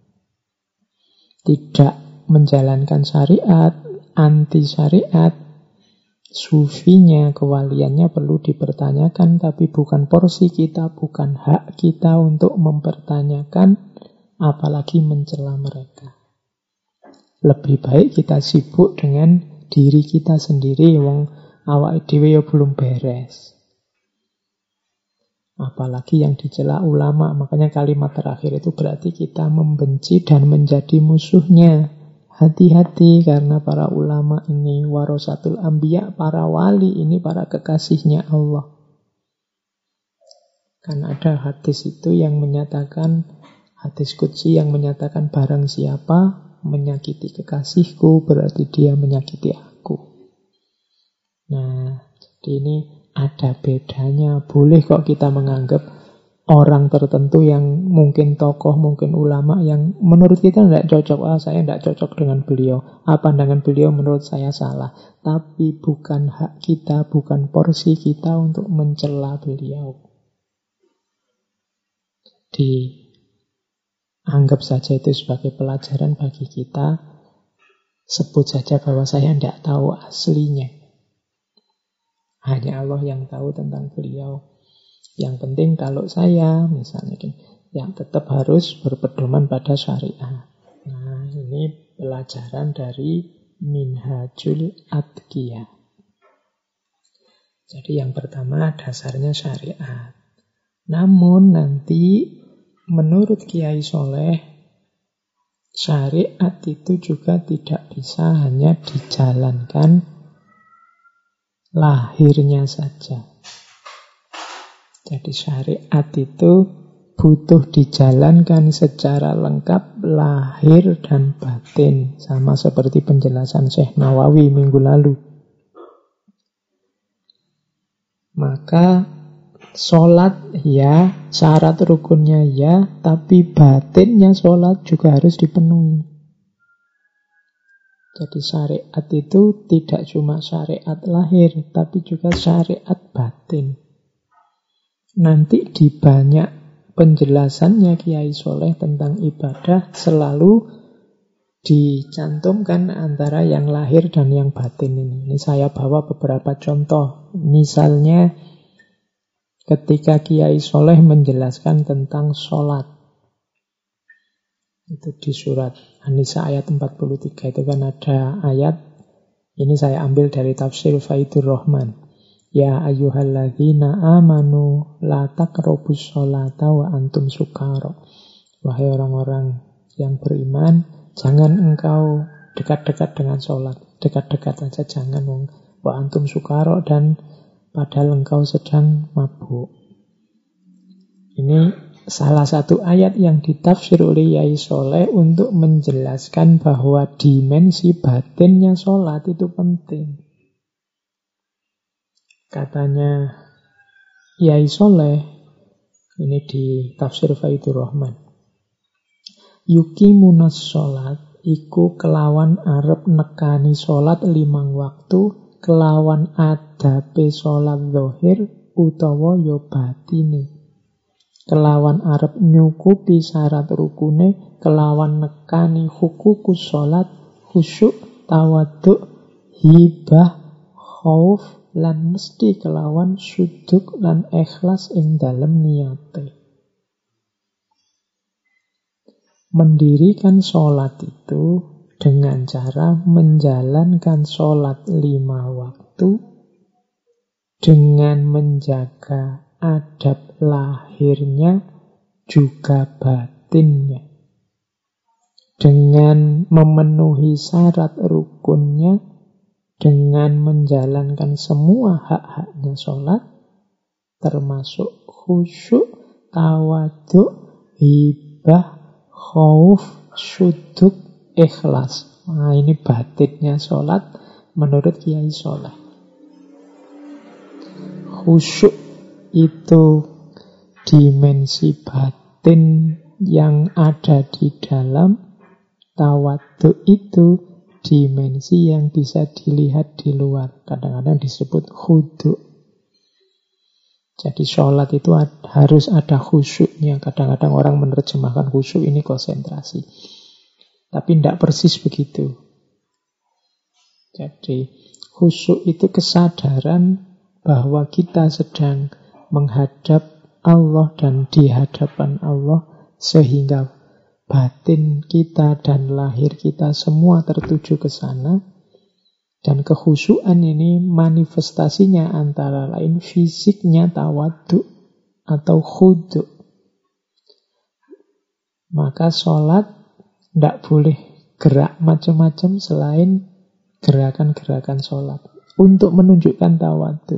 tidak menjalankan syariat, anti syariat, sufinya, kewaliannya perlu dipertanyakan, tapi bukan porsi kita, bukan hak kita untuk mempertanyakan, apalagi mencela mereka. Lebih baik kita sibuk dengan diri kita sendiri, wong awake dhewe ya belum beres. Apalagi yang dicela ulama, makanya kalimat terakhir itu berarti kita membenci dan menjadi musuhnya. Hati-hati karena para ulama ini warasatul anbiya, para wali ini para kekasihnya Allah. Kan ada hadis itu yang menyatakan, hadis qudsi yang menyatakan barang siapa menyakiti kekasihku berarti dia menyakiti aku. Nah, jadi ini ada bedanya. Boleh kok kita menganggap orang tertentu yang mungkin tokoh, mungkin ulama yang menurut kita tidak cocok. Ah, saya tidak cocok dengan beliau. Ah, pandangan beliau menurut saya salah. Tapi bukan hak kita, bukan porsi kita untuk mencela beliau. Dianggap saja itu sebagai pelajaran bagi kita. Sebut saja bahwa saya tidak tahu aslinya. Hanya Allah yang tahu tentang beliau. Yang penting kalau saya, misalnya, yang tetap harus berpedoman pada syariat. Nah, ini pelajaran dari Minhajul Atqiyah. Jadi yang pertama dasarnya syariat. Namun nanti menurut Kiai Soleh, syariat itu juga tidak bisa hanya dijalankan lahirnya saja. Jadi syariat itu butuh dijalankan secara lengkap lahir dan batin. Sama seperti penjelasan Syekh Nawawi minggu lalu. Maka sholat ya, syarat rukunnya ya, tapi batinnya sholat juga harus dipenuhi. Jadi syariat itu tidak cuma syariat lahir, tapi juga syariat batin. Nanti di banyak penjelasannya Kiai Soleh tentang ibadah selalu dicantumkan antara yang lahir dan yang batin ini. Ini saya bawa beberapa contoh. Misalnya ketika Kiai Soleh menjelaskan tentang sholat. Itu di surat An-Nisa ayat empat puluh tiga itu kan ada ayat. Ini saya ambil dari tafsir Faidur Rahman. Ya ayyuhalladzina amanu la taqrabus sholata wa antum sukara. Wahai orang-orang yang beriman, jangan engkau dekat-dekat dengan sholat. Dekat-dekat aja jangan. wa antum sukara, dan padahal engkau sedang mabuk. Ini salah satu ayat yang ditafsir oleh Yai Soleh untuk menjelaskan bahwa dimensi batinnya sholat itu penting. Katanya Yai Soleh, ini di tafsir Faidur Rahman, yukimunas sholat iku kelawan arep nekani sholat limang waktu, kelawan adabe sholat zahir utawa yo batine, kelawan arep nyukupi syarat rukune, kelawan nekani hukukus sholat, khusyuk, tawaduk, hibah, khauf, lan mesti kelawan suduk lan ikhlas ing dalem niyate. Mendirikan sholat itu dengan cara menjalankan sholat lima waktu dengan menjaga adab lahirnya juga batinnya, dengan memenuhi syarat rukunnya, dengan menjalankan semua hak-haknya sholat, termasuk khusyuk, tawaduk, hibah, khauf, suduk, ikhlas. Nah, ini batinnya sholat menurut Kiai Soleh. Khusyuk itu dimensi batin yang ada di dalam, tawaduk itu dimensi yang bisa dilihat di luar. Kadang-kadang disebut khudu'. Jadi sholat itu ad, harus ada khusyuknya. Kadang-kadang orang menerjemahkan khusyuk ini konsentrasi. Tapi tidak persis begitu. Jadi khusyuk itu kesadaran bahwa kita sedang menghadap Allah dan di hadapan Allah, sehingga batin kita dan lahir kita semua tertuju ke sana. Dan kekhusyuan ini manifestasinya antara lain fisiknya tawaduk atau khudu'. Maka sholat tidak boleh gerak macam-macam selain gerakan-gerakan sholat untuk menunjukkan tawaduk.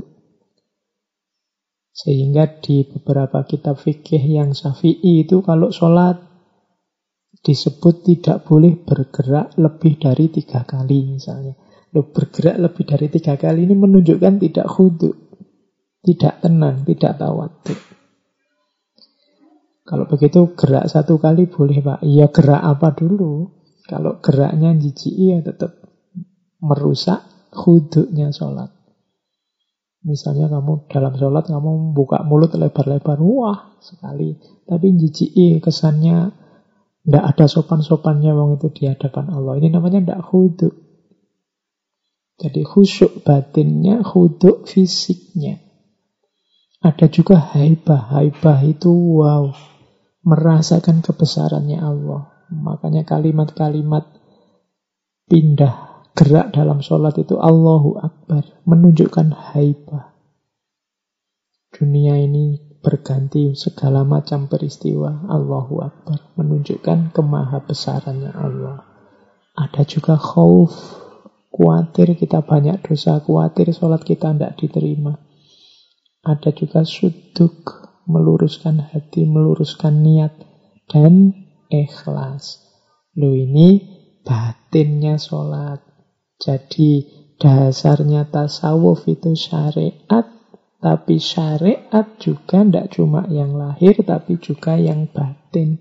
Sehingga di beberapa kitab fikih yang Syafi'i itu kalau sholat disebut tidak boleh bergerak lebih dari tiga kali misalnya. Loh, bergerak lebih dari tiga kali ini menunjukkan tidak khudu', tidak tenang, tidak tawaduk. Kalau begitu gerak satu kali boleh Pak. Ya gerak apa dulu? Kalau geraknya jijiki ya tetap merusak khudu'nya sholat. Misalnya kamu dalam sholat kamu buka mulut lebar-lebar, wah sekali. Tapi jijiki kesannya tidak ada sopan-sopannya wong itu di hadapan Allah. Ini namanya tidak khudu'. Jadi khusyuk batinnya, khudu' fisiknya. Ada juga haibah. Haibah itu wow, merasakan kebesarannya Allah. Makanya kalimat-kalimat pindah gerak dalam sholat itu Allahu Akbar, menunjukkan haibah. Dunia ini berganti segala macam peristiwa, Allahu Akbar, menunjukkan kemahabesarannya Allah. Ada juga khauf, khawatir kita banyak dosa, khawatir sholat kita tidak diterima. Ada juga suduk, meluruskan hati, meluruskan niat, dan ikhlas. Loh, ini batinnya sholat. Jadi dasarnya tasawuf itu syariat, tapi syariat juga tidak cuma yang lahir, tapi juga yang batin.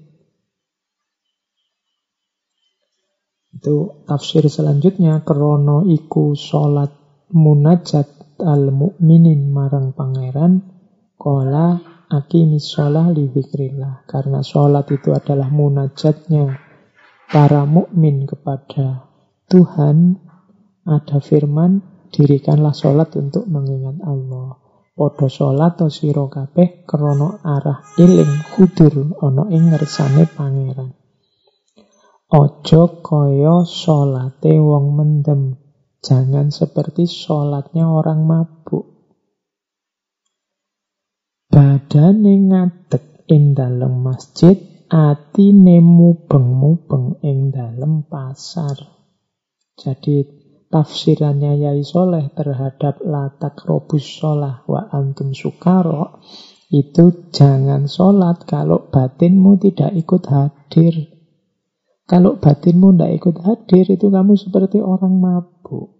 Itu tafsir selanjutnya, krono iku sholat munajat al-mu'minin marang pangeran, kola akimis sholah li dzikrillah. Karena sholat itu adalah munajatnya para mukmin kepada Tuhan, ada firman, dirikanlah sholat untuk mengingat Allah. Podo sholat o siro kabeh krono arah iling hudur ono ing ngersane pangeran. Ojo koyo sholate wong mendem. Jangan seperti sholatnya orang mabuk. Badane ngadeg ing dalem masjid, atine mubeng-mubeng ing dalem pasar. Jadi tafsirannya Yai Soleh terhadap la taqrabus sholah wa antum sukara, itu jangan sholat kalau batinmu tidak ikut hadir. Kalau batinmu tidak ikut hadir, itu kamu seperti orang mabuk.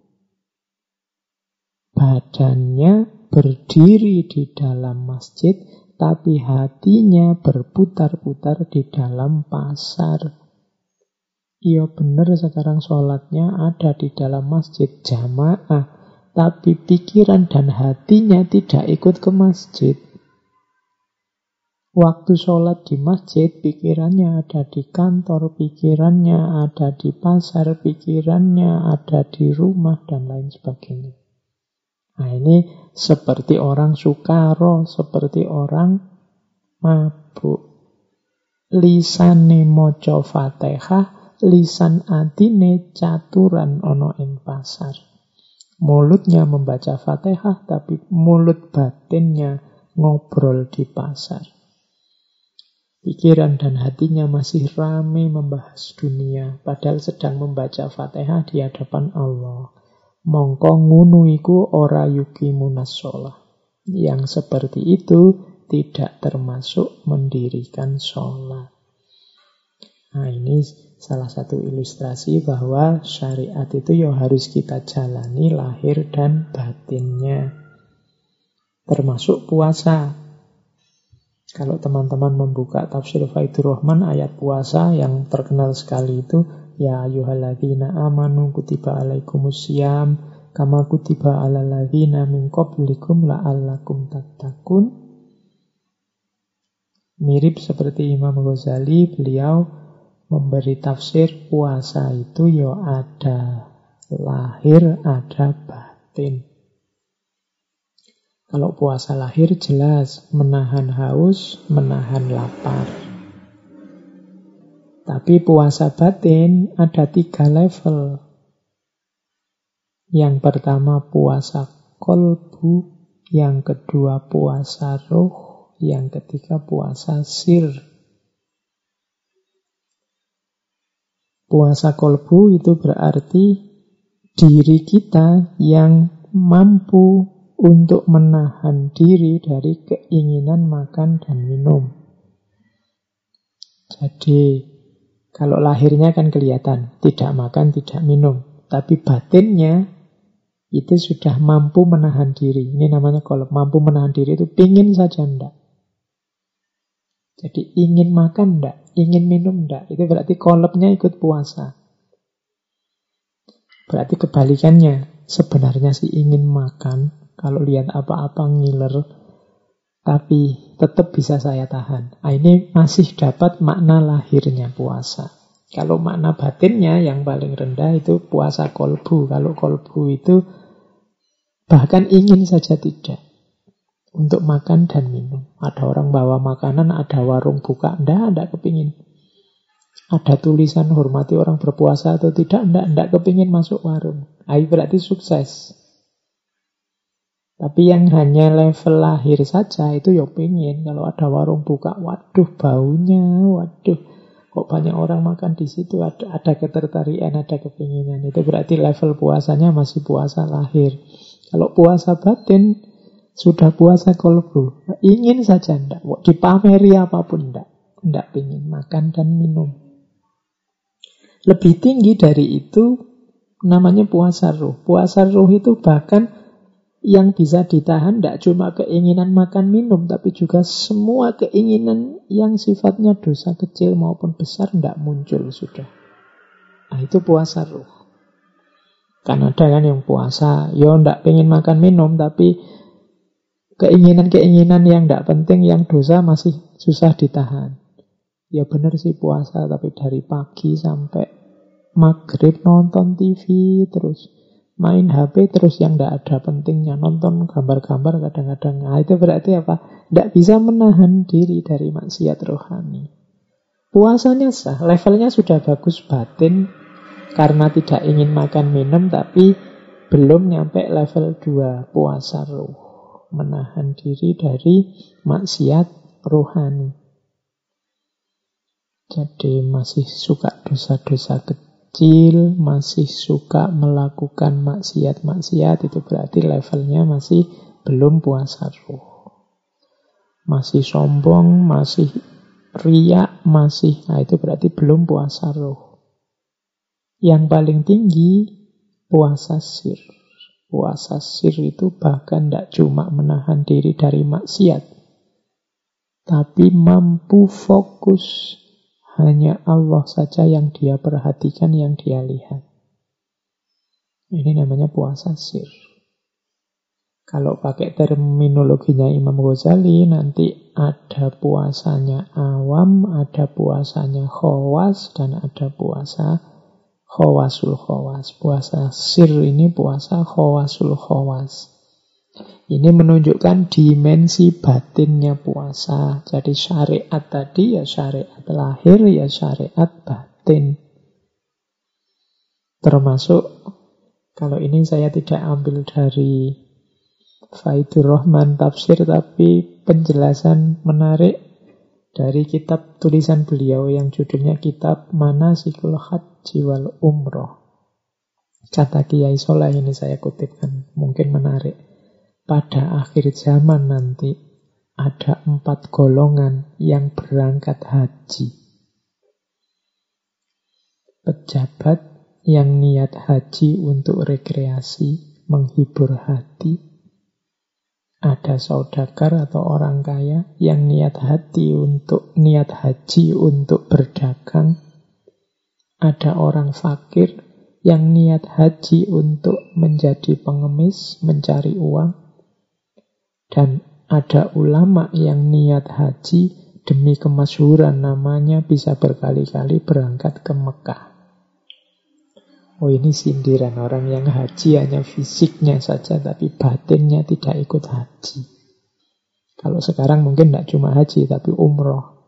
Badannya berdiri di dalam masjid, tapi hatinya berputar-putar di dalam pasar. Iya benar sekarang sholatnya ada di dalam masjid jamaah, tapi pikiran dan hatinya tidak ikut ke masjid. Waktu sholat di masjid, pikirannya ada di kantor, pikirannya ada di pasar, pikirannya ada di rumah, dan lain sebagainya. Nah ini seperti orang sukaro, seperti orang mabuk. Lisane moco fatihah, lisan atine caturan ono ing pasar. Mulutnya membaca fatihah, tapi mulut batinnya ngobrol di pasar. Pikiran dan hatinya masih ramai membahas dunia, padahal sedang membaca fatihah di hadapan Allah. Mongko ngunu iku ora yuqimunas shalah. Yang seperti itu tidak termasuk mendirikan sholat. Nah ini salah satu ilustrasi bahwa syariat itu ya harus kita jalani lahir dan batinnya. Termasuk puasa. Kalau teman-teman membuka tafsir Faidur Rahman, ayat puasa yang terkenal sekali itu, ya ayyuhalladzina amanu kutiba alaikumusiyam kama kutiba alal ladzina min qablikum la'allakum tattaqun. Mirip seperti Imam Ghazali, beliau memberi tafsir puasa itu ya ada lahir, ada batin. Kalau puasa lahir jelas menahan haus, menahan lapar. Tapi puasa batin ada tiga level. Yang pertama puasa kolbu, yang kedua puasa ruh, yang ketiga puasa sir. Puasa kolbu itu berarti diri kita yang mampu untuk menahan diri dari keinginan makan dan minum. Jadi, kalau lahirnya kan kelihatan, tidak makan, tidak minum. Tapi batinnya itu sudah mampu menahan diri. Ini namanya kalau mampu menahan diri itu pingin saja enggak. Jadi ingin makan enggak, ingin minum enggak. Itu berarti kolabnya ikut puasa. Berarti kebalikannya, sebenarnya sih ingin makan. Kalau lihat apa-apa ngiler, tapi tetap bisa saya tahan. Nah, ini masih dapat makna lahirnya puasa. Kalau makna batinnya yang paling rendah itu puasa kolbu. Kalau kolbu itu bahkan ingin saja tidak. Untuk makan dan minum. Ada orang bawa makanan, ada warung buka. Enggak, enggak kepingin. Ada tulisan hormati orang berpuasa atau tidak. Enggak, enggak kepingin masuk warung. Nah, berarti sukses. Tapi yang hanya level lahir saja itu ya pengen. Kalau ada warung buka, waduh baunya, waduh kok banyak orang makan di situ, ada, ada ketertarikan, ada kepinginan. Itu berarti level puasanya masih puasa lahir. Kalau puasa batin sudah puasa kolbu, ingin saja enggak, dipameri apapun enggak, enggak pengen makan dan minum. Lebih tinggi dari itu namanya puasa ruh. Puasa ruh itu bahkan yang bisa ditahan tidak cuma keinginan makan minum, tapi juga semua keinginan yang sifatnya dosa kecil maupun besar tidak muncul sudah. Nah itu puasa ruh. Kan ada kan yang puasa, ya tidak pengen makan minum, tapi keinginan-keinginan yang tidak penting, yang dosa masih susah ditahan. Ya benar sih puasa, tapi dari pagi sampai maghrib nonton T V terus. Main H P terus yang tidak ada pentingnya. Nonton gambar-gambar kadang-kadang. Nah, itu berarti apa? Tidak bisa menahan diri dari maksiat rohani. Puasanya sah. Levelnya sudah bagus batin. Karena tidak ingin makan minum. Tapi belum nyampe level dua. Puasa roh. Menahan diri dari maksiat rohani. Jadi masih suka dosa-dosa kecil. kecil, masih suka melakukan maksiat-maksiat, itu berarti levelnya masih belum puasa ruh. Masih sombong, masih riak, masih, nah itu berarti belum puasa ruh. Yang paling tinggi puasa sir. Puasa sir itu bahkan tidak cuma menahan diri dari maksiat, tapi mampu fokus. Hanya Allah saja yang dia perhatikan, yang dia lihat. Ini namanya puasa sir. Kalau pakai terminologinya Imam Ghazali, nanti ada puasanya awam, ada puasanya khawas, dan ada puasa khawasul khawas. Puasa sir ini puasa khawasul khawas. Ini menunjukkan dimensi batinnya puasa. Jadi syariat tadi ya syariat lahir, ya syariat batin. Termasuk, kalau ini saya tidak ambil dari Faidur Rahman tafsir, tapi penjelasan menarik dari kitab tulisan beliau yang judulnya Kitab Manasikul Haji wal Umroh. Kata Kiai Soleh ini saya kutipkan, mungkin menarik. Pada akhir zaman nanti ada empat golongan yang berangkat haji. Pejabat yang niat haji untuk rekreasi, menghibur hati. Ada saudagar atau orang kaya yang niat hati untuk niat haji untuk berdagang. Ada orang fakir yang niat haji untuk menjadi pengemis, mencari uang. Dan ada ulama yang niat haji demi kemasyhuran namanya bisa berkali-kali berangkat ke Mekah. Oh, ini sindiran orang yang haji hanya fisiknya saja tapi batinnya tidak ikut haji. Kalau sekarang mungkin tidak cuma haji tapi umroh.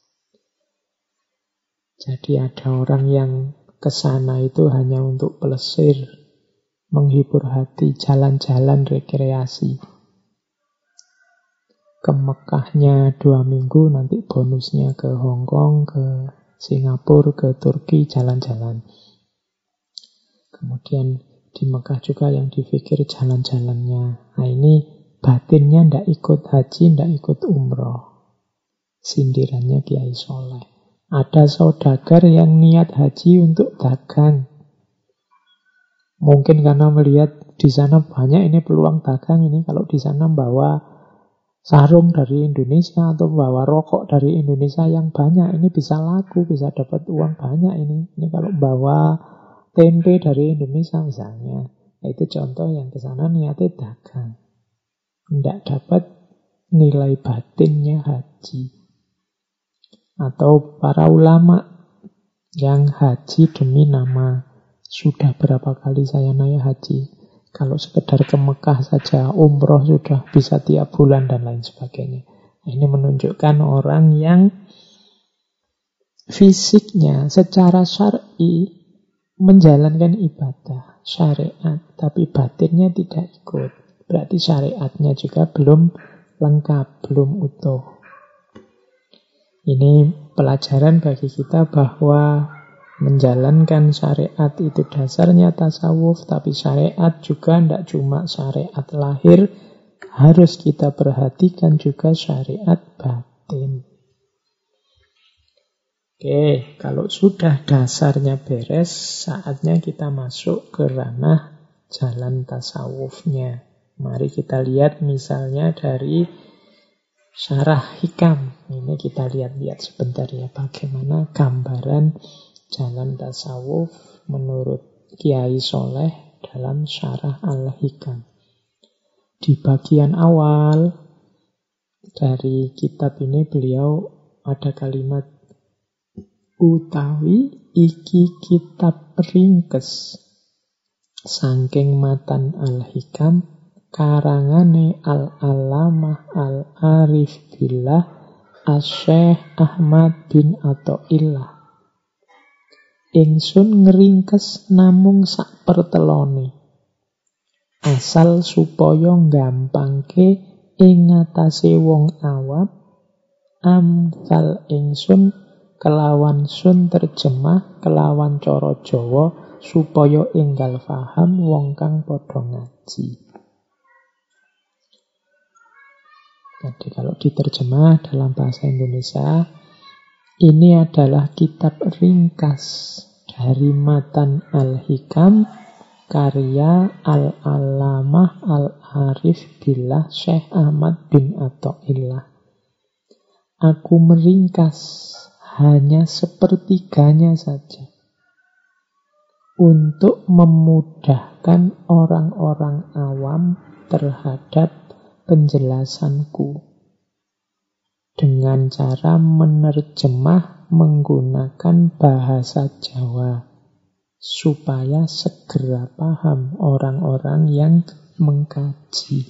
Jadi ada orang yang kesana itu hanya untuk plesir, menghibur hati, jalan-jalan rekreasi. Ke Mekahnya dua minggu, nanti bonusnya ke Hong Kong, ke Singapura, ke Turki, jalan-jalan. Kemudian di Mekah juga yang dipikir jalan-jalannya. Nah ini batinnya ndak ikut haji, ndak ikut umroh. Sindirannya Kiai Soleh. Ada saudagar yang niat haji untuk dagang. Mungkin karena melihat di sana banyak ini peluang dagang ini. Kalau di sana bawa sarung dari Indonesia atau bawa rokok dari Indonesia yang banyak, ini bisa laku, bisa dapat uang banyak ini. Ini kalau bawa tempe dari Indonesia misalnya, itu contoh yang ke sana niatnya dagang. Tidak dapat nilai batinnya haji. Atau para ulama yang haji demi nama. Sudah berapa kali saya naik haji? Kalau sekedar ke Mekah saja, umroh sudah bisa tiap bulan dan lain sebagainya. Ini menunjukkan orang yang fisiknya secara syar'i menjalankan ibadah, syariat, tapi batinnya tidak ikut. Berarti syariatnya juga belum lengkap, belum utuh. Ini pelajaran bagi kita bahwa menjalankan syariat itu dasarnya tasawuf, tapi syariat juga tidak cuma syariat lahir, harus kita perhatikan juga syariat batin. Oke, kalau sudah dasarnya beres, saatnya kita masuk ke ranah jalan tasawufnya. Mari kita lihat misalnya dari Syarah Hikam. Ini kita lihat-lihat sebentar ya, bagaimana gambaran jalan tasawuf menurut Kiai Soleh dalam Syarah Al-Hikam. Di bagian awal dari kitab ini beliau ada kalimat utawi iki kitab ringkes saking matan Al-Hikam karangane Al-Alamah Al-Arif Billah Asy-Syaikh Ahmad bin Athaillah. Ingsun ngeringkes namung sak pertelone asal supaya gampangke ing ngatasé wong awam amsal ingsun kelawan sun terjemah, kelawan coro Jawa, supaya enggal paham wong kang padha ngaji. Jadi kalau diterjemah dalam bahasa Indonesia, ini adalah kitab ringkas dari Matan Al-Hikam karya Al-Alamah Al-Arif Billah Syekh Ahmad bin Athaillah. Aku meringkas hanya sepertiganya saja untuk memudahkan orang-orang awam terhadap penjelasanku dengan cara menerjemah menggunakan bahasa Jawa supaya segera paham orang-orang yang mengkaji.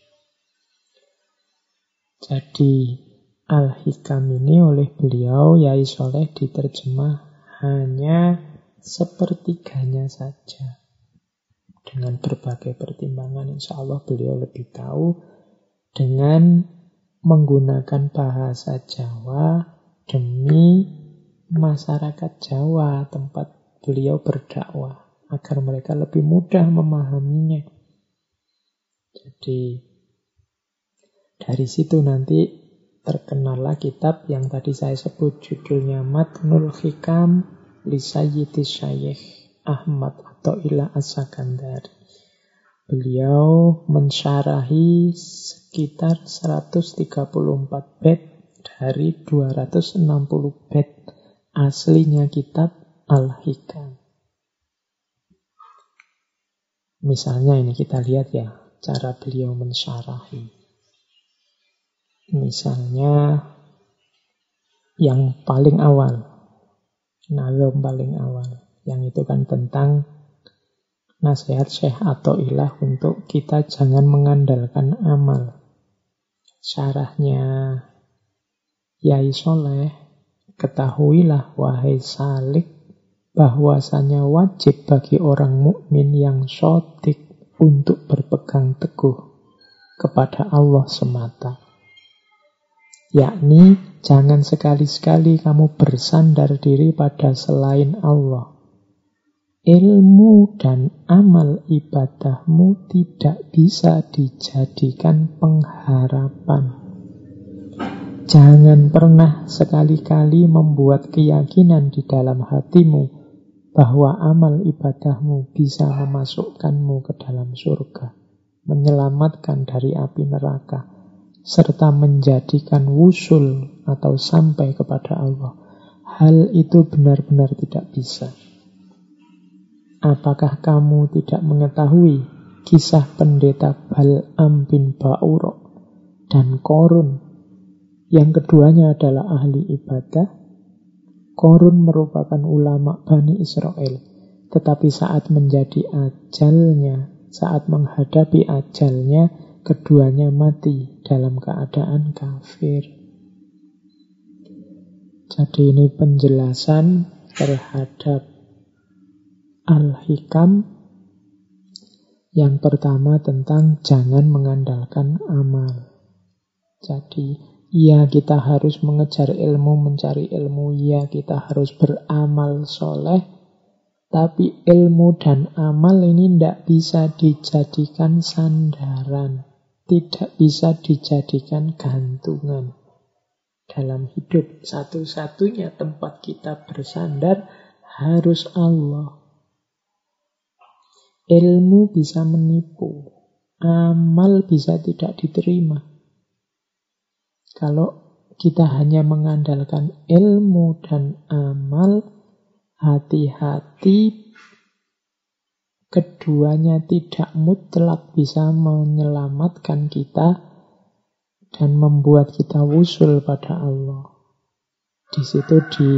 Jadi Al-Hikam ini oleh beliau Yai Soleh diterjemah hanya sepertiganya saja. Dengan berbagai pertimbangan, insya Allah beliau lebih tahu dengan menggunakan bahasa Jawa demi masyarakat Jawa tempat beliau berdakwah, agar mereka lebih mudah memahaminya. Jadi dari situ nanti terkenallah kitab yang tadi saya sebut judulnya Matnul Hikam li Sayyidi Syekh Ahmad Athaillah As-Sakandari. Beliau mensyarahi sekitar seratus tiga puluh empat bait dari dua ratus enam puluh bait aslinya kitab Al-Hikam. Misalnya ini kita lihat ya cara beliau mensyarahi. Misalnya yang paling awal, nazam paling awal, yang itu kan tentang nasihat Syekh Athaillah untuk kita jangan mengandalkan amal. Syarahnya Yai Soleh, ketahuilah wahai salik, bahwasanya wajib bagi orang mukmin yang shadiq untuk berpegang teguh kepada Allah semata. Yakni jangan sekali-sekali kamu bersandar diri pada selain Allah. Ilmu dan amal ibadahmu tidak bisa dijadikan pengharapan. Jangan pernah sekali-kali membuat keyakinan di dalam hatimu bahwa amal ibadahmu bisa memasukkanmu ke dalam surga, menyelamatkan dari api neraka, serta menjadikan wusul atau sampai kepada Allah. Hal itu benar-benar tidak bisa. Apakah kamu tidak mengetahui kisah pendeta Bal'am bin Ba'urok dan Korun? Yang keduanya adalah ahli ibadah. Korun merupakan ulama Bani Israel, tetapi saat menjadi ajalnya, saat menghadapi ajalnya, keduanya mati dalam keadaan kafir. Jadi ini penjelasan terhadap Al-Hikam. Yang pertama tentang jangan mengandalkan amal. Jadi ya, kita harus mengejar ilmu, mencari ilmu. Ya, kita harus beramal soleh. Tapi ilmu dan amal ini tidak bisa dijadikan sandaran. Tidak bisa dijadikan gantungan. Dalam hidup, satu-satunya tempat kita bersandar harus Allah. Ilmu bisa menipu. Amal bisa tidak diterima. Kalau kita hanya mengandalkan ilmu dan amal, hati-hati keduanya tidak mutlak bisa menyelamatkan kita dan membuat kita wusul pada Allah. Di situ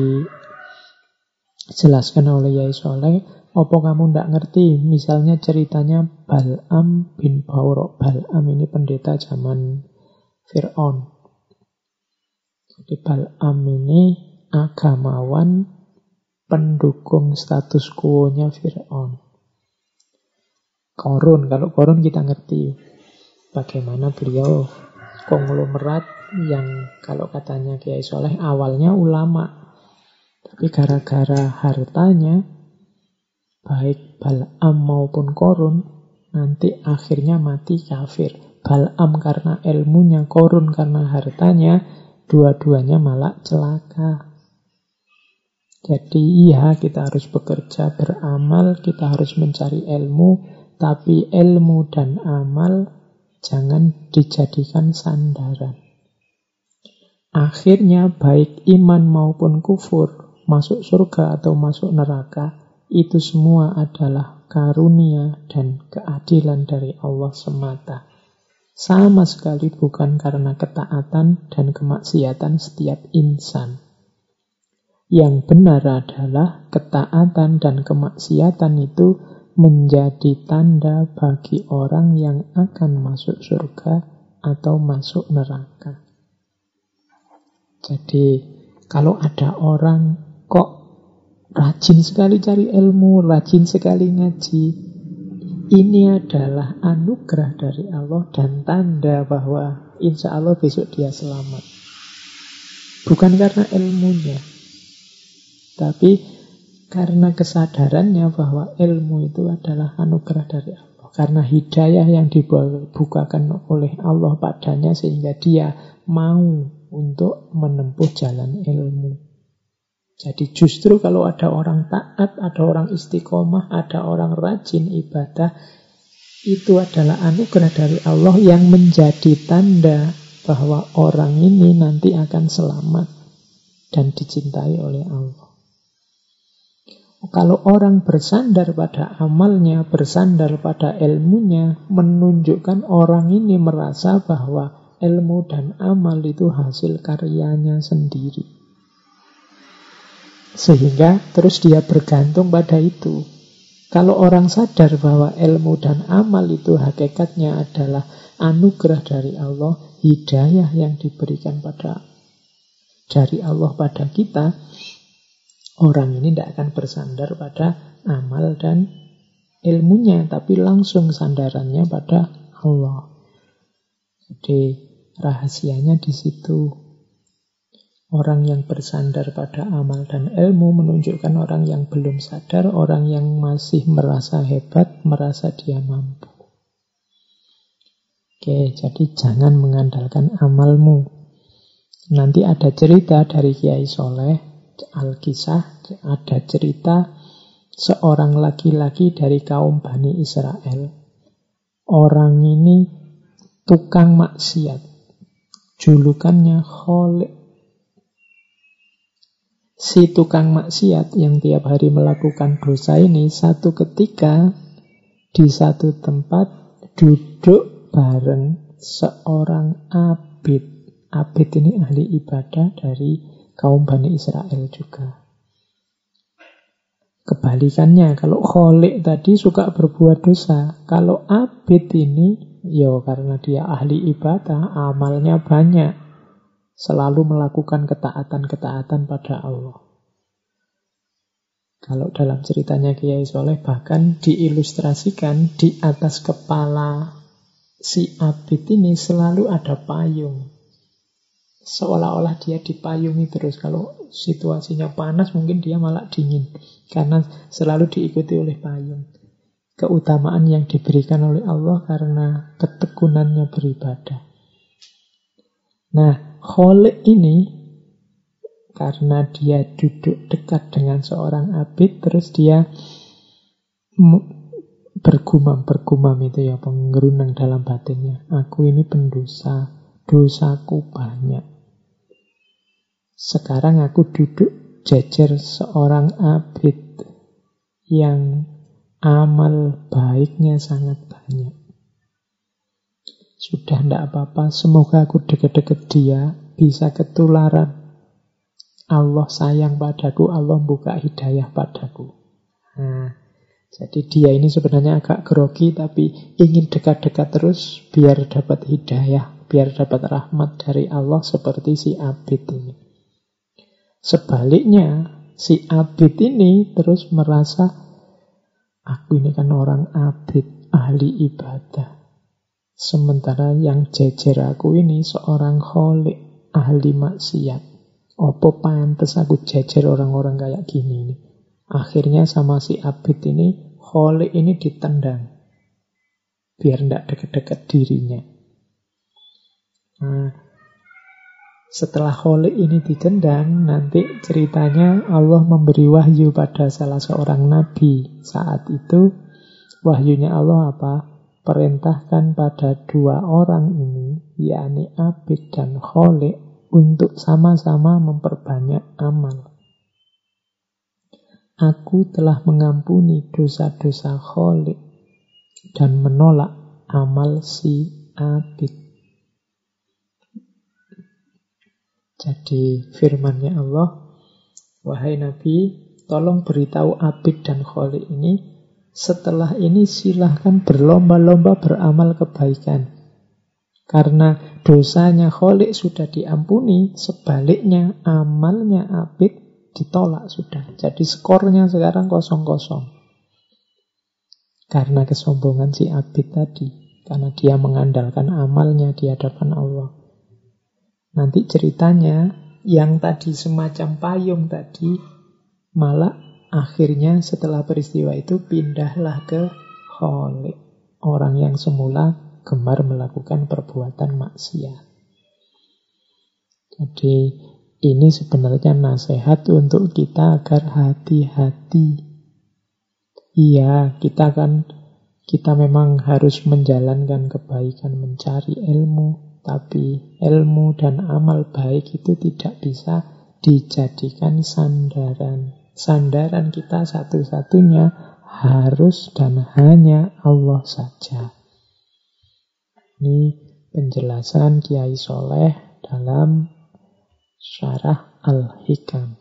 dijelaskan oleh Yai Soleh, apa kamu tidak ngerti? Misalnya ceritanya Bal'am bin Ba'urok. Bal'am ini pendeta zaman Fir'aun. Jadi Bal'am ini agamawan pendukung status quo-nya Fir'aun. Korun, kalau Korun kita ngerti bagaimana beliau konglomerat yang kalau katanya Kiai Soleh awalnya ulama, Tapi gara-gara hartanya, baik Bal'am maupun Korun, nanti akhirnya mati kafir. Bal'am karena ilmunya, Korun karena hartanya, dua-duanya malah celaka. Jadi iya, kita harus bekerja, beramal, kita harus mencari ilmu, tapi ilmu dan amal jangan dijadikan sandaran. Akhirnya baik iman maupun kufur, masuk surga atau masuk neraka, itu semua adalah karunia dan keadilan dari Allah semata. Sama sekali bukan karena ketaatan dan kemaksiatan setiap insan. Yang benar adalah ketaatan dan kemaksiatan itu menjadi tanda bagi orang yang akan masuk surga atau masuk neraka. Jadi kalau ada orang kok rajin sekali cari ilmu, rajin sekali ngaji, ini adalah anugerah dari Allah dan tanda bahwa insya Allah besok dia selamat. Bukan karena ilmunya, tapi karena kesadarannya bahwa ilmu itu adalah anugerah dari Allah. Karena hidayah yang dibukakan oleh Allah padanya sehingga dia mau untuk menempuh jalan ilmu. Jadi justru kalau ada orang taat, ada orang istiqomah, ada orang rajin ibadah, itu adalah anugerah dari Allah yang menjadi tanda bahwa orang ini nanti akan selamat dan dicintai oleh Allah. Kalau orang bersandar pada amalnya, bersandar pada ilmunya, menunjukkan orang ini merasa bahwa ilmu dan amal itu hasil karyanya sendiri. Sehingga terus dia bergantung pada itu. Kalau orang sadar bahwa ilmu dan amal itu hakikatnya adalah anugerah dari Allah, hidayah yang diberikan pada dari Allah pada kita, orang ini tidak akan bersandar pada amal dan ilmunya, tapi langsung sandarannya pada Allah. Jadi rahasianya di situ. Orang yang bersandar pada amal dan ilmu menunjukkan orang yang belum sadar, orang yang masih merasa hebat, merasa dia mampu. Oke, jadi jangan mengandalkan amalmu. Nanti ada cerita dari Kiai Soleh, Al-Kisah, ada cerita seorang laki-laki dari kaum Bani Israel. Orang ini tukang maksiat, julukannya Kholik. Si tukang maksiat yang tiap hari melakukan dosa ini satu ketika di satu tempat duduk bareng seorang abid. Abid ini ahli ibadah dari kaum Bani Israel juga. Kebalikannya, kalau Kholik tadi suka berbuat dosa, kalau abid ini, ya karena dia ahli ibadah, amalnya banyak, selalu melakukan ketaatan-ketaatan pada Allah. Kalau dalam ceritanya Kiai Soleh bahkan diilustrasikan di atas kepala si abid ini selalu ada payung. Seolah-olah dia dipayungi terus. Kalau situasinya panas mungkin dia malah dingin, karena selalu diikuti oleh payung. Keutamaan yang diberikan oleh Allah karena ketekunannya beribadah. Nah, Kholik ini karena dia duduk dekat dengan seorang abid, terus dia bergumam-bergumam itu ya, pengerunang dalam batinnya. Aku ini pendosa, dosaku banyak. Sekarang aku duduk jejer seorang abid yang amal baiknya sangat banyak. Sudah tidak apa-apa, semoga aku deket-deket dia, bisa ketularan. Allah sayang padaku, Allah buka hidayah padaku. Nah, jadi dia ini sebenarnya agak grogi, tapi ingin dekat-dekat terus, biar dapat hidayah, biar dapat rahmat dari Allah seperti si abid ini. Sebaliknya, si abid ini terus merasa, aku ini kan orang abid, ahli ibadah. Sementara yang jejer aku ini seorang kholik, ahli maksiat. Opo pantes aku jejer orang-orang kayak gini ini. Akhirnya sama si Abid ini, Kholik ini ditendang. Biar tidak deket-deket dirinya. Nah, setelah Kholik ini ditendang, nanti ceritanya Allah memberi wahyu pada salah seorang nabi. Saat itu, wahyunya Allah apa? Perintahkan pada dua orang ini, yakni Abid dan Kholik, untuk sama-sama memperbanyak amal. Aku telah mengampuni dosa-dosa Kholik dan menolak amal si Abid. Jadi firman-Nya Allah, wahai Nabi, tolong beritahu Abid dan Kholik ini, setelah ini silahkan berlomba-lomba beramal kebaikan. Karena dosanya Kholik sudah diampuni, sebaliknya amalnya Abid ditolak sudah. Jadi skornya sekarang kosong kosong. Karena kesombongan si Abid tadi. Karena dia mengandalkan amalnya di hadapan Allah. Nanti ceritanya, yang tadi semacam payung tadi, malah akhirnya setelah peristiwa itu pindahlah ke Kholik. Orang yang semula gemar melakukan perbuatan maksiat. Jadi ini sebenarnya nasihat untuk kita agar hati-hati. Iya, kita kan kita memang harus menjalankan kebaikan, mencari ilmu, tapi ilmu dan amal baik itu tidak bisa dijadikan sandaran. Sandaran kita satu-satunya harus dan hanya Allah saja. Ini penjelasan Kiai Soleh dalam Syarah Al-Hikam.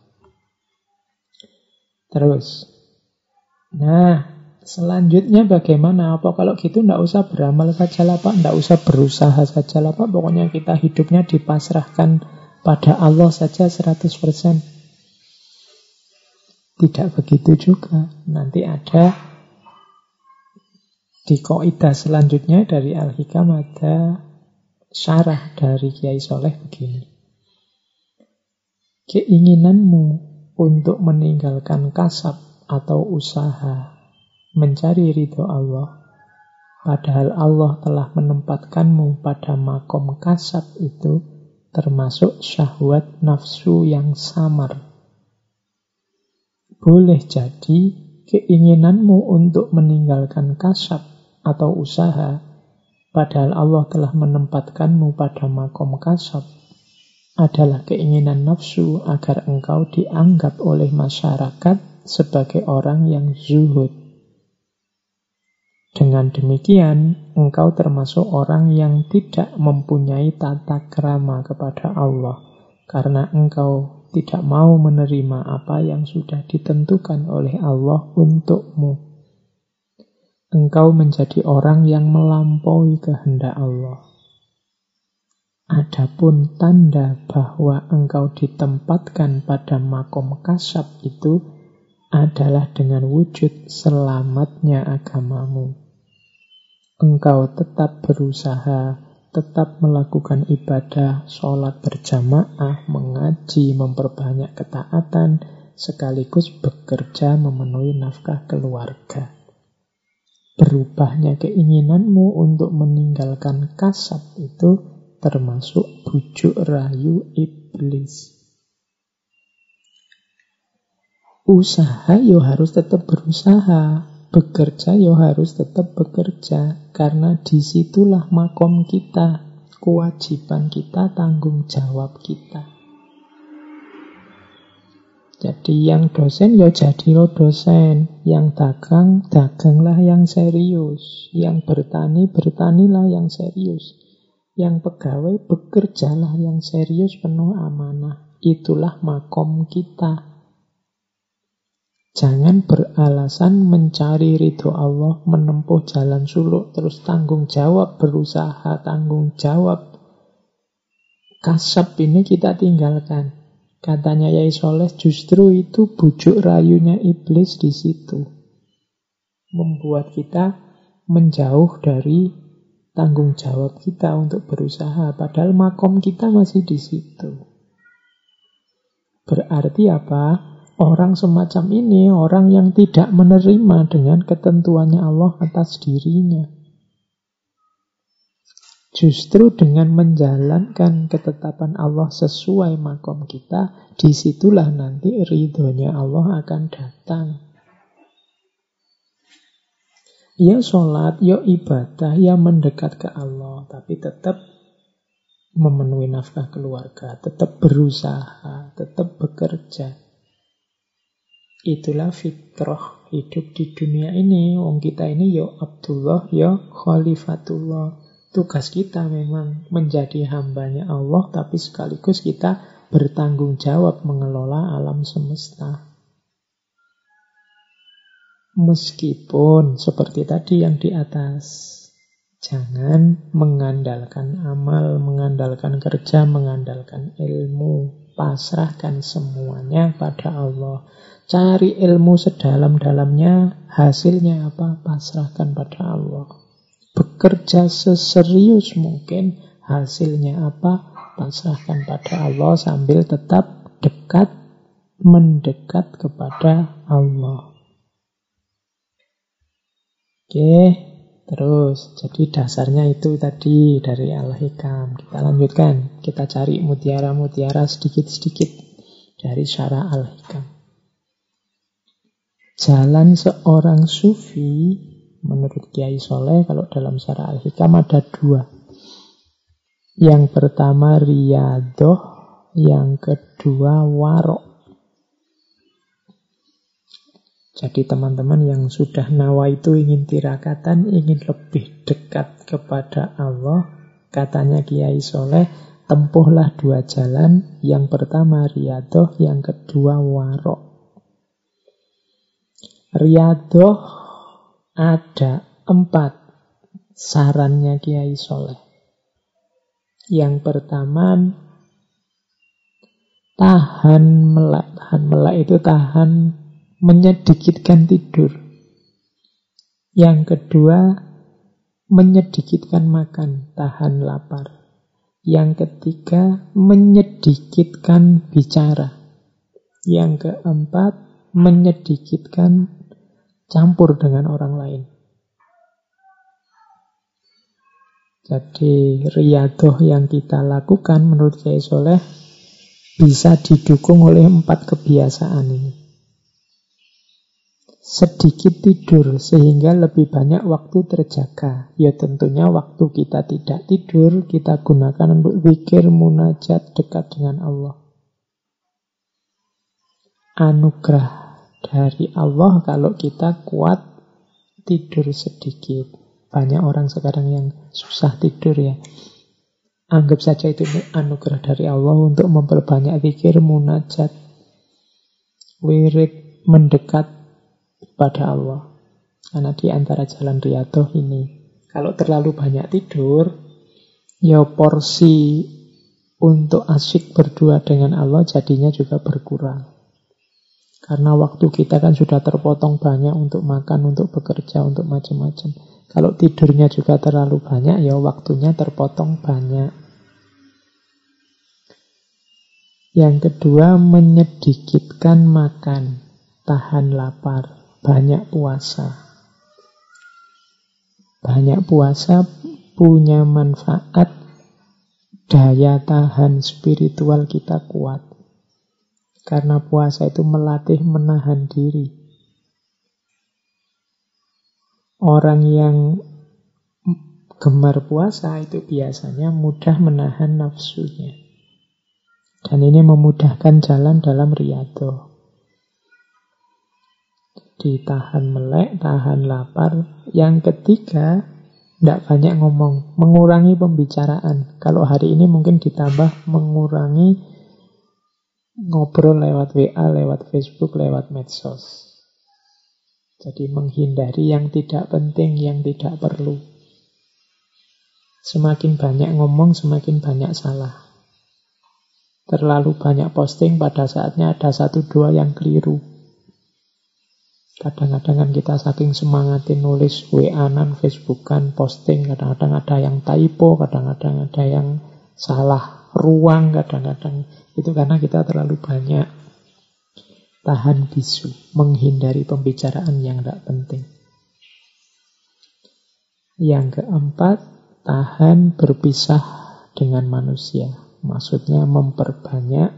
Terus, nah selanjutnya bagaimana? Apa kalau gitu tidak usah beramal saja lah Pak, tidak usah berusaha saja lah Pak, pokoknya kita hidupnya dipasrahkan pada Allah saja seratus persen. Tidak begitu juga. Nanti ada di kaidah selanjutnya dari Al-Hikam ada syarah dari Kiai Soleh begini. Keinginanmu untuk meninggalkan kasab atau usaha mencari ridho Allah, padahal Allah telah menempatkanmu pada makom kasab itu, termasuk syahwat nafsu yang samar. Boleh jadi keinginanmu untuk meninggalkan kasab atau usaha, padahal Allah telah menempatkanmu pada makom kasab, adalah keinginan nafsu agar engkau dianggap oleh masyarakat sebagai orang yang zuhud. Dengan demikian, engkau termasuk orang yang tidak mempunyai tata krama kepada Allah, karena engkau tidak mau menerima apa yang sudah ditentukan oleh Allah untukmu. Engkau menjadi orang yang melampaui kehendak Allah. Adapun tanda bahwa engkau ditempatkan pada makom kasab itu adalah dengan wujud selamatnya agamamu. Engkau tetap berusaha, tetap melakukan ibadah, sholat berjamaah, mengaji, memperbanyak ketaatan, sekaligus bekerja memenuhi nafkah keluarga. Berubahnya keinginanmu untuk meninggalkan kasab itu termasuk bujuk rayu iblis. Usaha yo harus tetap berusaha, bekerja yo harus tetap bekerja, karena disitulah makom kita, kewajiban kita, tanggung jawab kita. Jadi yang dosen ya jadilah dosen, yang dagang, daganglah yang serius, yang bertani, bertanilah yang serius, yang pegawai, bekerjalah yang serius penuh amanah. Itulah makom kita. Jangan beralasan mencari ridho Allah, menempuh jalan suluk, terus tanggung jawab berusaha, tanggung jawab kasab ini kita tinggalkan. Katanya Yai Soleh, justru itu bujuk rayunya iblis di situ. Membuat kita menjauh dari tanggung jawab kita untuk berusaha, padahal makom kita masih di situ. Berarti apa? Orang semacam ini, orang yang tidak menerima dengan ketentuannya Allah atas dirinya. Justru dengan menjalankan ketetapan Allah sesuai makom kita, disitulah nanti ridhonya Allah akan datang. Ya sholat, ya ibadah, ya mendekat ke Allah, tapi tetap memenuhi nafkah keluarga, tetap berusaha, tetap bekerja. Itulah fitrah hidup di dunia ini. Wong kita ini ya Abdullah, ya Khalifatullah. Tugas kita memang menjadi hambanya Allah, tapi sekaligus kita bertanggung jawab mengelola alam semesta. Meskipun seperti tadi yang di atas, jangan mengandalkan amal, mengandalkan kerja, mengandalkan ilmu. Pasrahkan semuanya pada Allah. Cari ilmu sedalam-dalamnya, hasilnya apa? Pasrahkan pada Allah. Bekerja seserius mungkin, hasilnya apa? Pasrahkan pada Allah sambil tetap dekat, mendekat kepada Allah. Oke, terus jadi dasarnya itu tadi dari Al-Hikam. Kita lanjutkan, kita cari mutiara-mutiara sedikit-sedikit dari syarah Al-Hikam. Jalan seorang sufi menurut Kiai Soleh kalau dalam syarah Al-Hikam ada dua. Yang pertama riyadhah, yang kedua warok. Jadi teman-teman yang sudah nawa itu ingin tirakatan, ingin lebih dekat kepada Allah, katanya Kiai Soleh, tempuhlah dua jalan. Yang pertama riyadhah, yang kedua warok. Riyadhah ada empat sarannya Kiai Soleh. Yang pertama, tahan melek. Tahan melek itu tahan menyedikitkan tidur. Yang kedua, menyedikitkan makan, tahan lapar. Yang ketiga, menyedikitkan bicara. Yang keempat, menyedikitkan campur dengan orang lain. Jadi riyadhah yang kita lakukan menurut Kiai Soleh bisa didukung oleh empat kebiasaan ini. Sedikit tidur sehingga lebih banyak waktu terjaga. Ya tentunya waktu kita tidak tidur kita gunakan untuk zikir, munajat, dekat dengan Allah. Anugerah dari Allah kalau kita kuat tidur sedikit. Banyak orang sekarang yang susah tidur ya. Anggap saja itu anugerah dari Allah untuk memperbanyak zikir, munajat, wirid, mendekat pada Allah. Karena di antara jalan riyadhah ini, kalau terlalu banyak tidur, ya porsi untuk asyik berdua dengan Allah jadinya juga berkurang. Karena waktu kita kan sudah terpotong banyak untuk makan, untuk bekerja, untuk macam-macam. Kalau tidurnya juga terlalu banyak, ya waktunya terpotong banyak. Yang kedua, menyedikitkan makan, tahan lapar. Banyak puasa. Banyak puasa punya manfaat, daya tahan spiritual kita kuat. Karena puasa itu melatih menahan diri. Orang yang gemar puasa itu biasanya mudah menahan nafsunya. Dan ini memudahkan jalan dalam riyadhah. Ditahan melek, tahan lapar. Yang ketiga, tidak banyak ngomong, mengurangi pembicaraan. Kalau hari ini mungkin ditambah mengurangi ngobrol lewat W A, lewat Facebook, lewat medsos. Jadi menghindari yang tidak penting, yang tidak perlu. Semakin banyak ngomong, semakin banyak salah. Terlalu banyak posting, pada saatnya ada satu dua yang keliru. Kadang-kadang kan kita saking semangatin nulis W A-an, Facebook-an, posting, kadang-kadang ada yang typo, kadang-kadang ada yang salah ruang kadang-kadang. Itu karena kita terlalu banyak tahan bisu, menghindari pembicaraan yang tidak penting. Yang keempat, tahan berpisah dengan manusia. Maksudnya memperbanyak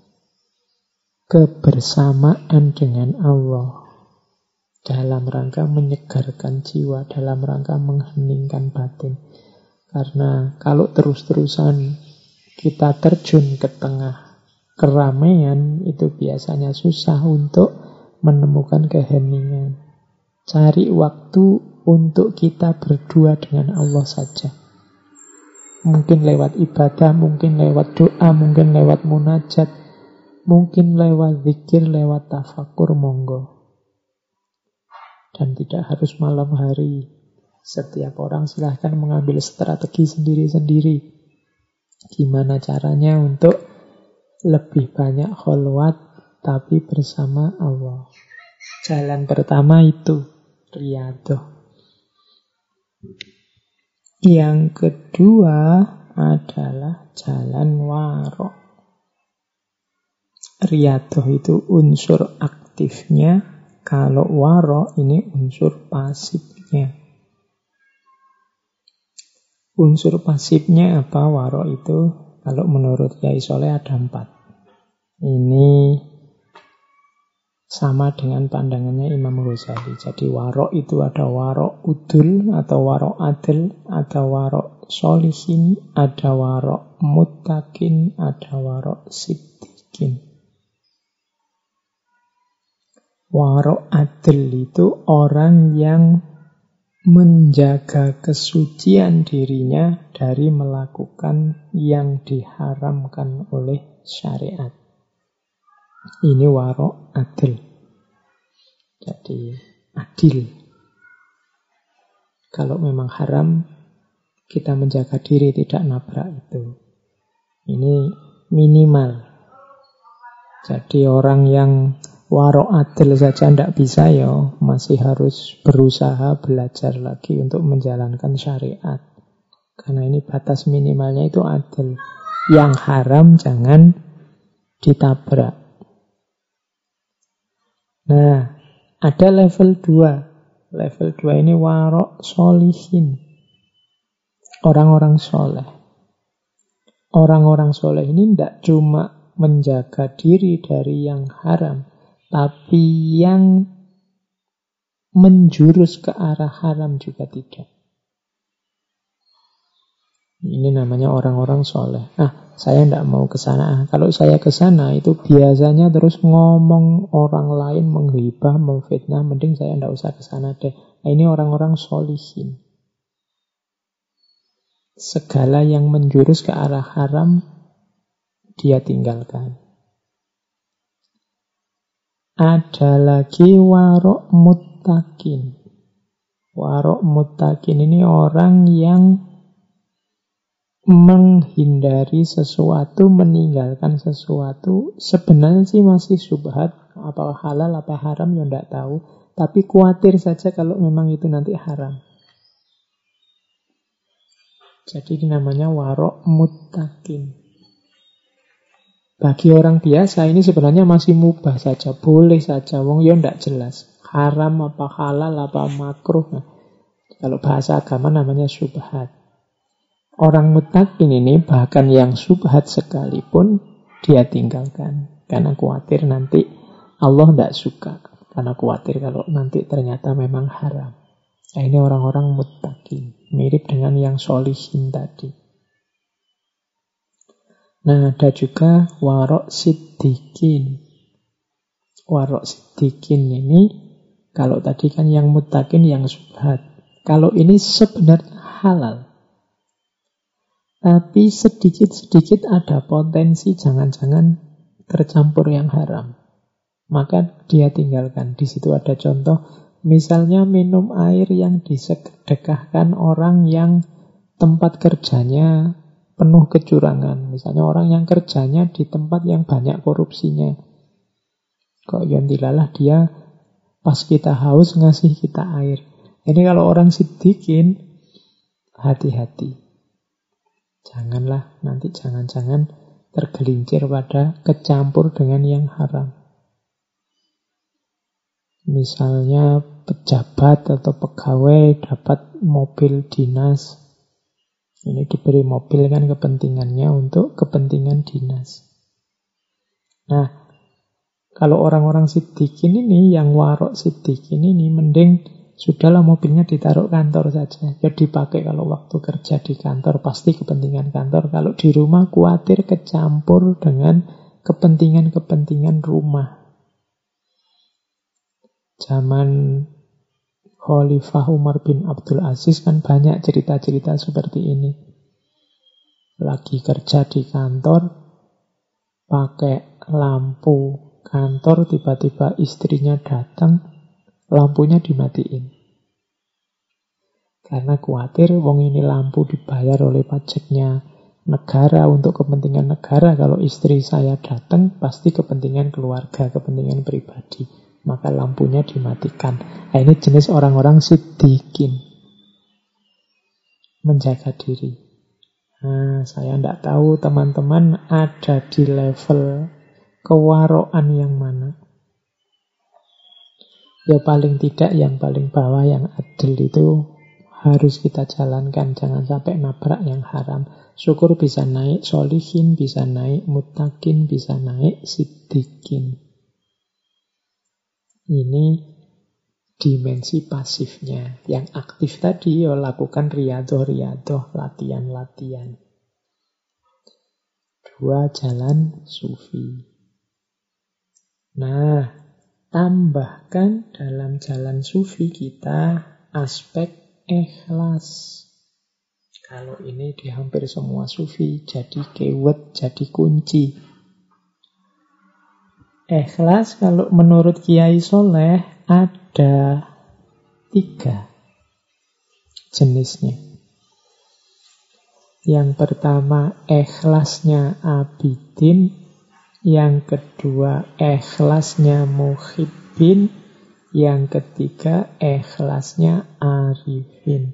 kebersamaan dengan Allah dalam rangka menyegarkan jiwa, dalam rangka mengheningkan batin. Karena kalau terus-terusan kita terjun ke tengah keramaian, itu biasanya susah untuk menemukan keheningan. Cari waktu untuk kita berdua dengan Allah saja. Mungkin lewat ibadah, mungkin lewat doa, mungkin lewat munajat, mungkin lewat zikir, lewat tafakur, monggo. Dan tidak harus malam hari. Setiap orang silahkan mengambil strategi sendiri-sendiri. Gimana caranya untuk lebih banyak kholwat tapi bersama Allah. Jalan pertama itu riyadhah. Yang kedua adalah jalan warok. Riyadhah itu unsur aktifnya, kalau warok ini unsur pasifnya. Unsur pasifnya apa warok itu? Kalau menurut Kiai Soleh ada empat. Ini sama dengan pandangannya Imam Ghazali. Jadi warok itu ada warok udul atau warok adil, ada warok solihin, ada warok muttaqin, ada warok siddiqin. Warok adil itu orang yang menjaga kesucian dirinya dari melakukan yang diharamkan oleh syariat. Ini warok adil. Jadi adil. Kalau memang haram, kita menjaga diri tidak nabrak itu. Ini minimal. Jadi orang yang warok adil saja tidak bisa ya, masih harus berusaha belajar lagi untuk menjalankan syariat. Karena ini batas minimalnya itu adil. Yang haram jangan ditabrak. Nah, ada level dua. Level dua ini warok solihin. Orang-orang soleh. Orang-orang soleh ini tidak cuma menjaga diri dari yang haram, tapi yang menjurus ke arah haram juga tidak. Ini namanya orang-orang soleh. Ah, saya tidak mau ke sana. Kalau saya ke sana itu biasanya terus ngomong orang lain, menghibah, memfitnah. Mending saya tidak usah ke sana deh. Nah, ini orang-orang solihin. Segala yang menjurus ke arah haram dia tinggalkan. Ada lagi warok muttaqin. Warok muttaqin ini orang yang menghindari sesuatu, meninggalkan sesuatu. Sebenarnya sih masih syubhat, apa halal, apa haram, ya tidak tahu. Tapi khawatir saja kalau memang itu nanti haram. Jadi ini namanya warok muttaqin. Bagi orang biasa ini sebenarnya masih mubah saja, boleh saja. Wong ya tidak jelas haram apa halal apa makruh. Nah, kalau bahasa agama namanya syubhat. Orang muttaqin ini bahkan yang syubhat sekalipun dia tinggalkan. Karena khawatir nanti Allah tidak suka. Karena khawatir kalau nanti ternyata memang haram. Nah, ini orang-orang muttaqin. Mirip dengan yang solihin tadi. Nah, ada juga warok siddiqin. Warok siddiqin ini, kalau tadi kan yang muttaqin, yang syubhat. Kalau ini sebenarnya halal. Tapi sedikit-sedikit ada potensi jangan-jangan tercampur yang haram. Maka dia tinggalkan. Di situ ada contoh, misalnya minum air yang disedekahkan orang yang tempat kerjanya penuh kecurangan. Misalnya orang yang kerjanya di tempat yang banyak korupsinya. Kok yontilalah dia pas kita haus ngasih kita air. Ini kalau orang siddiqin, hati-hati. Janganlah nanti jangan-jangan tergelincir pada kecampur dengan yang haram. Misalnya pejabat atau pegawai dapat mobil dinas. Ini diberi mobil kan kepentingannya untuk kepentingan dinas. Nah, kalau orang-orang siddiqin ini, yang warok siddiqin ini, mending sudahlah mobilnya ditaruh kantor saja. Ya dipakai kalau waktu kerja di kantor, pasti kepentingan kantor. Kalau di rumah khawatir kecampur dengan kepentingan-kepentingan rumah. Zaman Khalifah Umar bin Abdul Aziz kan banyak cerita-cerita seperti ini. Lagi kerja di kantor, pakai lampu kantor, tiba-tiba istrinya datang, lampunya dimatiin. Karena khawatir, wong ini lampu dibayar oleh pajaknya negara untuk kepentingan negara. Kalau istri saya datang, pasti kepentingan keluarga, kepentingan pribadi. Maka lampunya dimatikan. Nah, ini jenis orang-orang siddiqin. Menjaga diri. Nah, saya tidak tahu teman-teman ada di level kewaroan yang mana. Ya paling tidak yang paling bawah, yang adil itu harus kita jalankan. Jangan sampai nabrak yang haram. Syukur bisa naik sholihin, bisa naik muttaqin, bisa naik siddiqin. Ini dimensi pasifnya. Yang aktif tadi ya lakukan riadoh-riadoh, latihan-latihan. Dua jalan sufi. Nah, tambahkan dalam jalan sufi kita aspek ikhlas. Kalau ini di hampir semua sufi jadi keyword, jadi kunci. Ikhlas kalau menurut Kiai Soleh ada tiga jenisnya. Yang pertama ikhlasnya abidin, yang kedua ikhlasnya muhibbin, yang ketiga ikhlasnya arifin.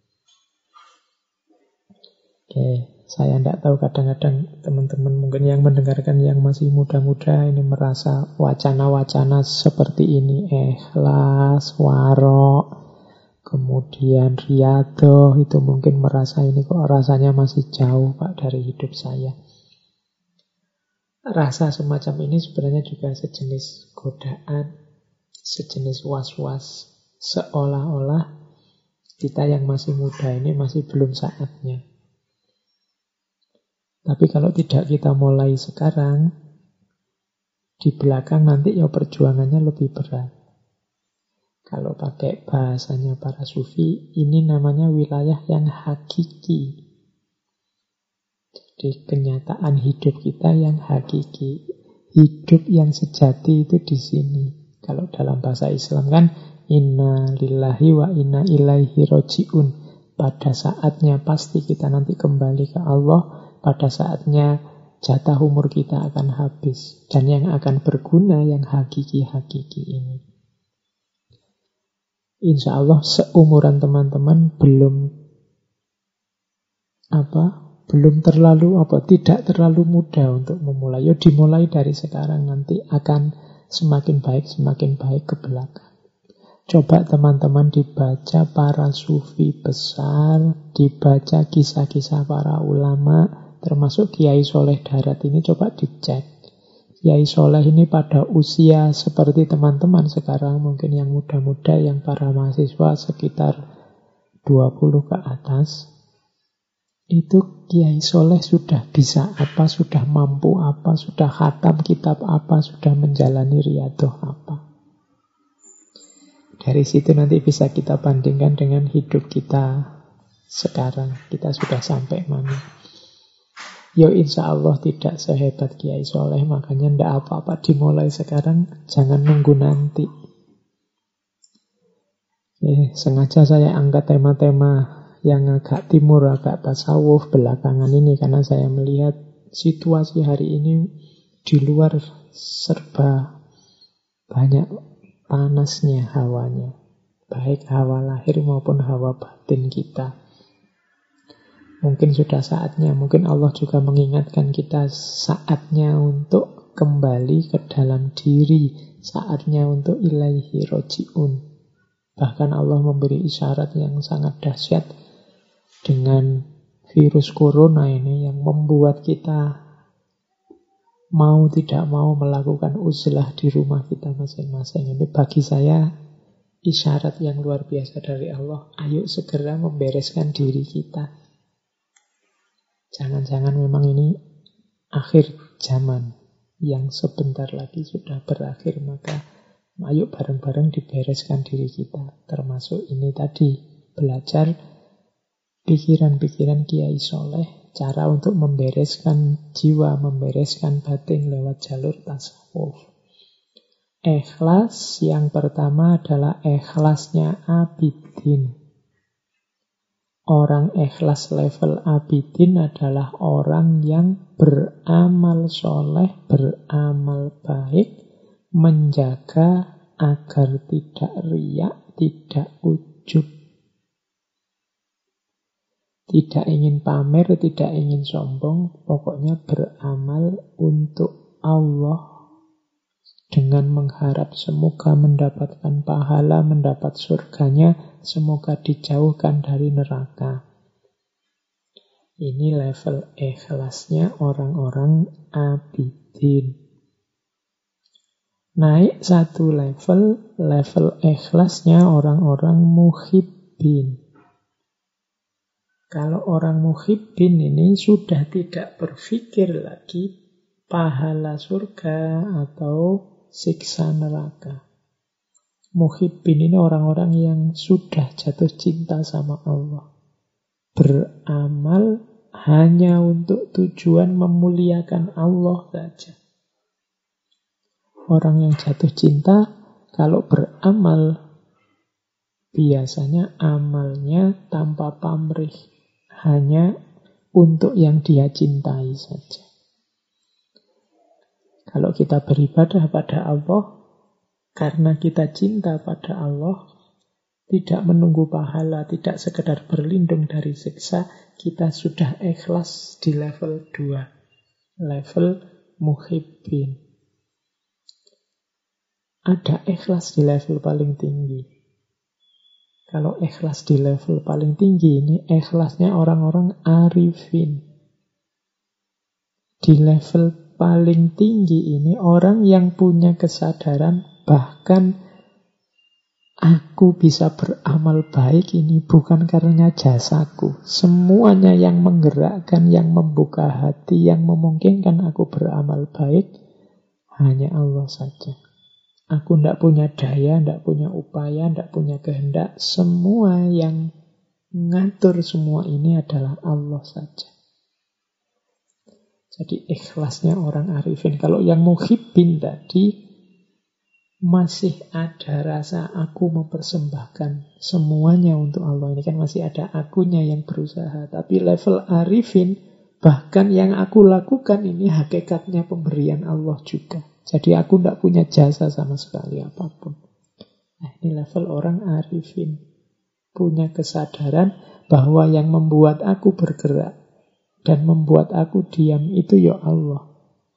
Oke. Saya tidak tahu, kadang-kadang teman-teman mungkin yang mendengarkan yang masih muda-muda ini merasa wacana-wacana seperti ini. Ikhlas, warok, kemudian riyadhah, itu mungkin merasa ini kok rasanya masih jauh Pak dari hidup saya. Rasa semacam ini sebenarnya juga sejenis godaan, sejenis was-was. Seolah-olah kita yang masih muda ini masih belum saatnya. Tapi kalau tidak kita mulai sekarang, di belakang nanti ya perjuangannya lebih berat. Kalau pakai bahasanya para sufi, ini namanya wilayah yang hakiki. Jadi kenyataan hidup kita yang hakiki. Hidup yang sejati itu di sini. Kalau dalam bahasa Islam kan, inna lillahi wa inna ilaihi roji'un. Pada saatnya pasti kita nanti kembali ke Allah. Pada saatnya jatah umur kita akan habis. Dan yang akan berguna yang hakiki-hakiki ini. Insya Allah seumuran teman-teman belum apa, belum terlalu apa, tidak terlalu mudah untuk memulai. Ya dimulai dari sekarang, nanti akan semakin baik, semakin baik ke belakang. Coba teman-teman dibaca para sufi besar, dibaca kisah-kisah para ulama, termasuk Kiai Soleh Darat ini, coba dicek. Kiai Soleh ini pada usia seperti teman-teman sekarang, mungkin yang muda-muda, yang para mahasiswa sekitar dua puluh ke atas, itu Kiai Soleh sudah bisa apa, sudah mampu apa, sudah khatam kitab apa, sudah menjalani riyadhah apa. Dari situ nanti bisa kita bandingkan dengan hidup kita sekarang. Kita sudah sampai mana. Yo insya Allah tidak sehebat Kiai Soleh, makanya ndak apa-apa dimulai sekarang, jangan nunggu nanti. Eh, sengaja saya angkat tema-tema yang agak timur, agak tasawuf belakangan ini, karena saya melihat situasi hari ini di luar serba banyak panasnya hawanya, baik hawa lahir maupun hawa batin kita. Mungkin sudah saatnya, mungkin Allah juga mengingatkan kita saatnya untuk kembali ke dalam diri, saatnya untuk ilaihi roji'un. Bahkan Allah memberi isyarat yang sangat dahsyat dengan virus corona ini yang membuat kita mau tidak mau melakukan uzlah di rumah kita masing-masing. Ini bagi saya isyarat yang luar biasa dari Allah. Ayo segera membereskan diri kita. Jangan-jangan memang ini akhir zaman yang sebentar lagi sudah berakhir. Maka ayo bareng-bareng dibereskan diri kita. Termasuk ini tadi, belajar pikiran-pikiran Kiai Soleh, cara untuk membereskan jiwa, membereskan batin lewat jalur tasawuf. Ikhlas yang pertama adalah ikhlasnya abidin. Orang ikhlas level abidin adalah orang yang beramal soleh, beramal baik, menjaga agar tidak riak, tidak ujub. Tidak ingin pamer, tidak ingin sombong, pokoknya beramal untuk Allah dengan mengharap semoga mendapatkan pahala, mendapat surganya, semoga dijauhkan dari neraka. Ini level ikhlasnya orang-orang abidin. Naik satu level, level ikhlasnya orang-orang muhibbin. Kalau orang muhibbin ini sudah tidak berpikir lagi pahala surga atau siksa neraka. Muhibbin ini orang-orang yang sudah jatuh cinta sama Allah. Beramal hanya untuk tujuan memuliakan Allah saja. Orang yang jatuh cinta kalau beramal biasanya amalnya tanpa pamrih. Hanya untuk yang dia cintai saja. Kalau kita beribadah pada Allah, karena kita cinta pada Allah, tidak menunggu pahala, tidak sekedar berlindung dari siksa, kita sudah ikhlas di level dua. Level muhibbin. Ada ikhlas di level paling tinggi. Kalau ikhlas di level paling tinggi ini, ikhlasnya orang-orang arifin. Di level paling tinggi ini, orang yang punya kesadaran, bahkan aku bisa beramal baik ini bukan karena jasaku. Semuanya yang menggerakkan, yang membuka hati, yang memungkinkan aku beramal baik, hanya Allah saja. Aku tidak punya daya, tidak punya upaya, tidak punya kehendak. Semua yang ngatur semua ini adalah Allah saja. Jadi ikhlasnya orang arifin. Kalau yang muhibbin tadi, masih ada rasa aku mempersembahkan semuanya untuk Allah. Ini kan masih ada akunya yang berusaha. Tapi level arifin, bahkan yang aku lakukan ini hakikatnya pemberian Allah juga. Jadi aku tidak punya jasa sama sekali apapun. Nah, ini level orang arifin. Punya kesadaran bahwa yang membuat aku bergerak dan membuat aku diam itu ya Allah.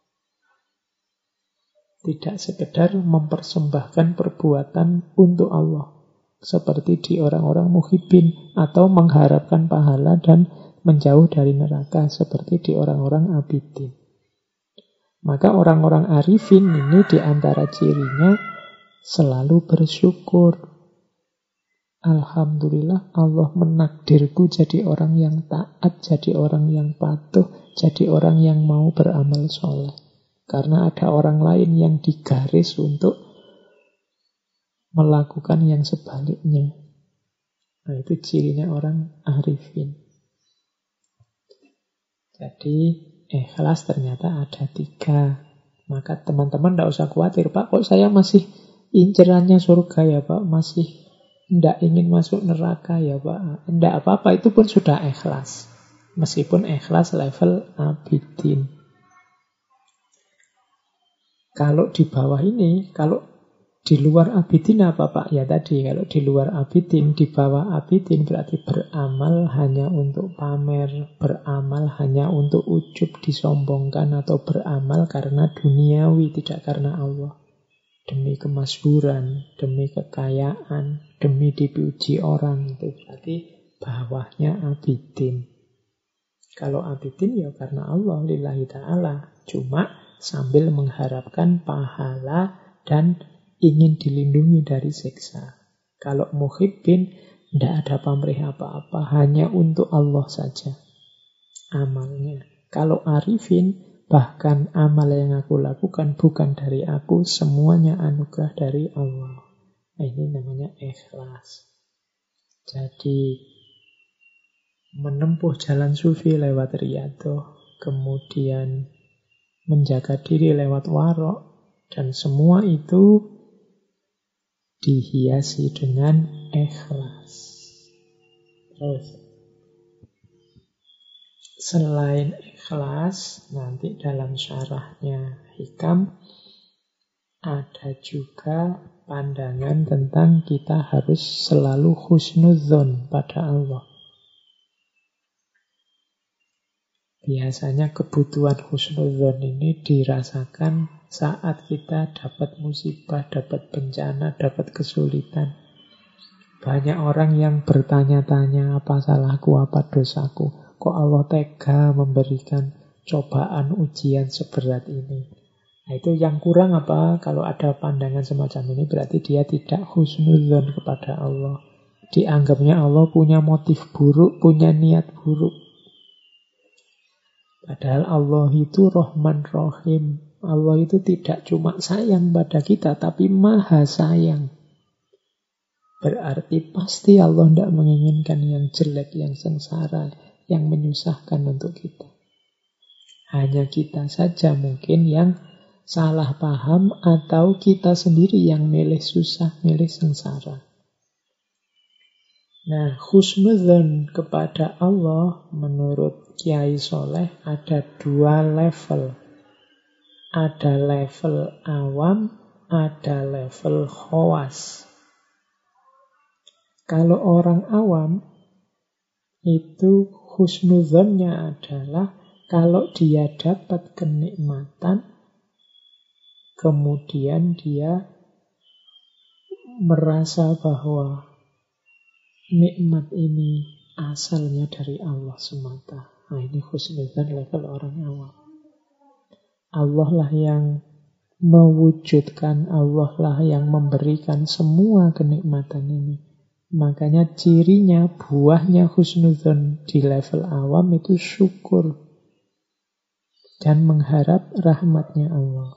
Tidak sekedar mempersembahkan perbuatan untuk Allah. Seperti di orang-orang muhibbin. Atau mengharapkan pahala dan menjauh dari neraka. Seperti di orang-orang abidin. Maka orang-orang arifin ini diantara cirinya selalu bersyukur. Alhamdulillah Allah menakdirku jadi orang yang taat, jadi orang yang patuh, jadi orang yang mau beramal soleh. Karena ada orang lain yang digaris untuk melakukan yang sebaliknya. Nah, itu cirinya orang arifin. Jadi ikhlas ternyata ada tiga. Maka teman-teman tidak usah khawatir, Pak, kok saya masih incerannya surga ya Pak, masih tidak ingin masuk neraka ya Pak. Tidak apa-apa, itu pun sudah ikhlas. Meskipun ikhlas level abidin. Kalau di bawah ini, kalau Di luar abidin apa Pak? Ya tadi, kalau di luar abidin, di bawah abidin berarti beramal hanya untuk pamer, beramal hanya untuk ujub, disombongkan, atau beramal karena duniawi, tidak karena Allah. Demi kemasyhuran, demi kekayaan, demi dipuji orang, itu berarti bawahnya abidin. Kalau abidin ya karena Allah, lillahi ta'ala. Cuma sambil mengharapkan pahala dan ingin dilindungi dari siksa. Kalau muhibbin, tidak ada pamrih apa-apa, hanya untuk Allah saja amalnya. Kalau arifin, bahkan amal yang aku lakukan bukan dari aku, semuanya anugerah dari Allah. Nah, ini namanya ikhlas. Jadi, menempuh jalan sufi lewat riyadhah, kemudian menjaga diri lewat warok, dan semua itu dihiasi dengan ikhlas. Terus, selain ikhlas, nanti dalam syarahnya Hikam ada juga pandangan tentang kita harus selalu husnudzon pada Allah. Biasanya kebutuhan husnudzon ini dirasakan saat kita dapat musibah, dapat bencana, dapat kesulitan. Banyak orang yang bertanya-tanya, apa salahku, apa dosaku? Kok Allah tega memberikan cobaan ujian seberat ini? Nah, itu yang kurang apa? Kalau ada pandangan semacam ini berarti dia tidak husnudzon kepada Allah. Dianggapnya Allah punya motif buruk, punya niat buruk. Padahal Allah itu Rahman Rahim. Allah itu tidak cuma sayang pada kita, tapi maha sayang. Berarti pasti Allah tidak menginginkan yang jelek, yang sengsara, yang menyusahkan untuk kita. Hanya kita saja mungkin yang salah paham, atau kita sendiri yang milih susah, milih sengsara. Nah, husnudzon kepada Allah menurut Kiai Soleh ada dua level. Ada level awam, ada level khawas. Kalau orang awam, itu husnudzonnya adalah kalau dia dapat kenikmatan, kemudian dia merasa bahwa nikmat ini asalnya dari Allah semata. Nah, ini husnudzon level orang awam. Allah lah yang mewujudkan, Allah lah yang memberikan semua kenikmatan ini. Makanya cirinya, buahnya husnudzon di level awam itu syukur dan mengharap rahmatnya Allah.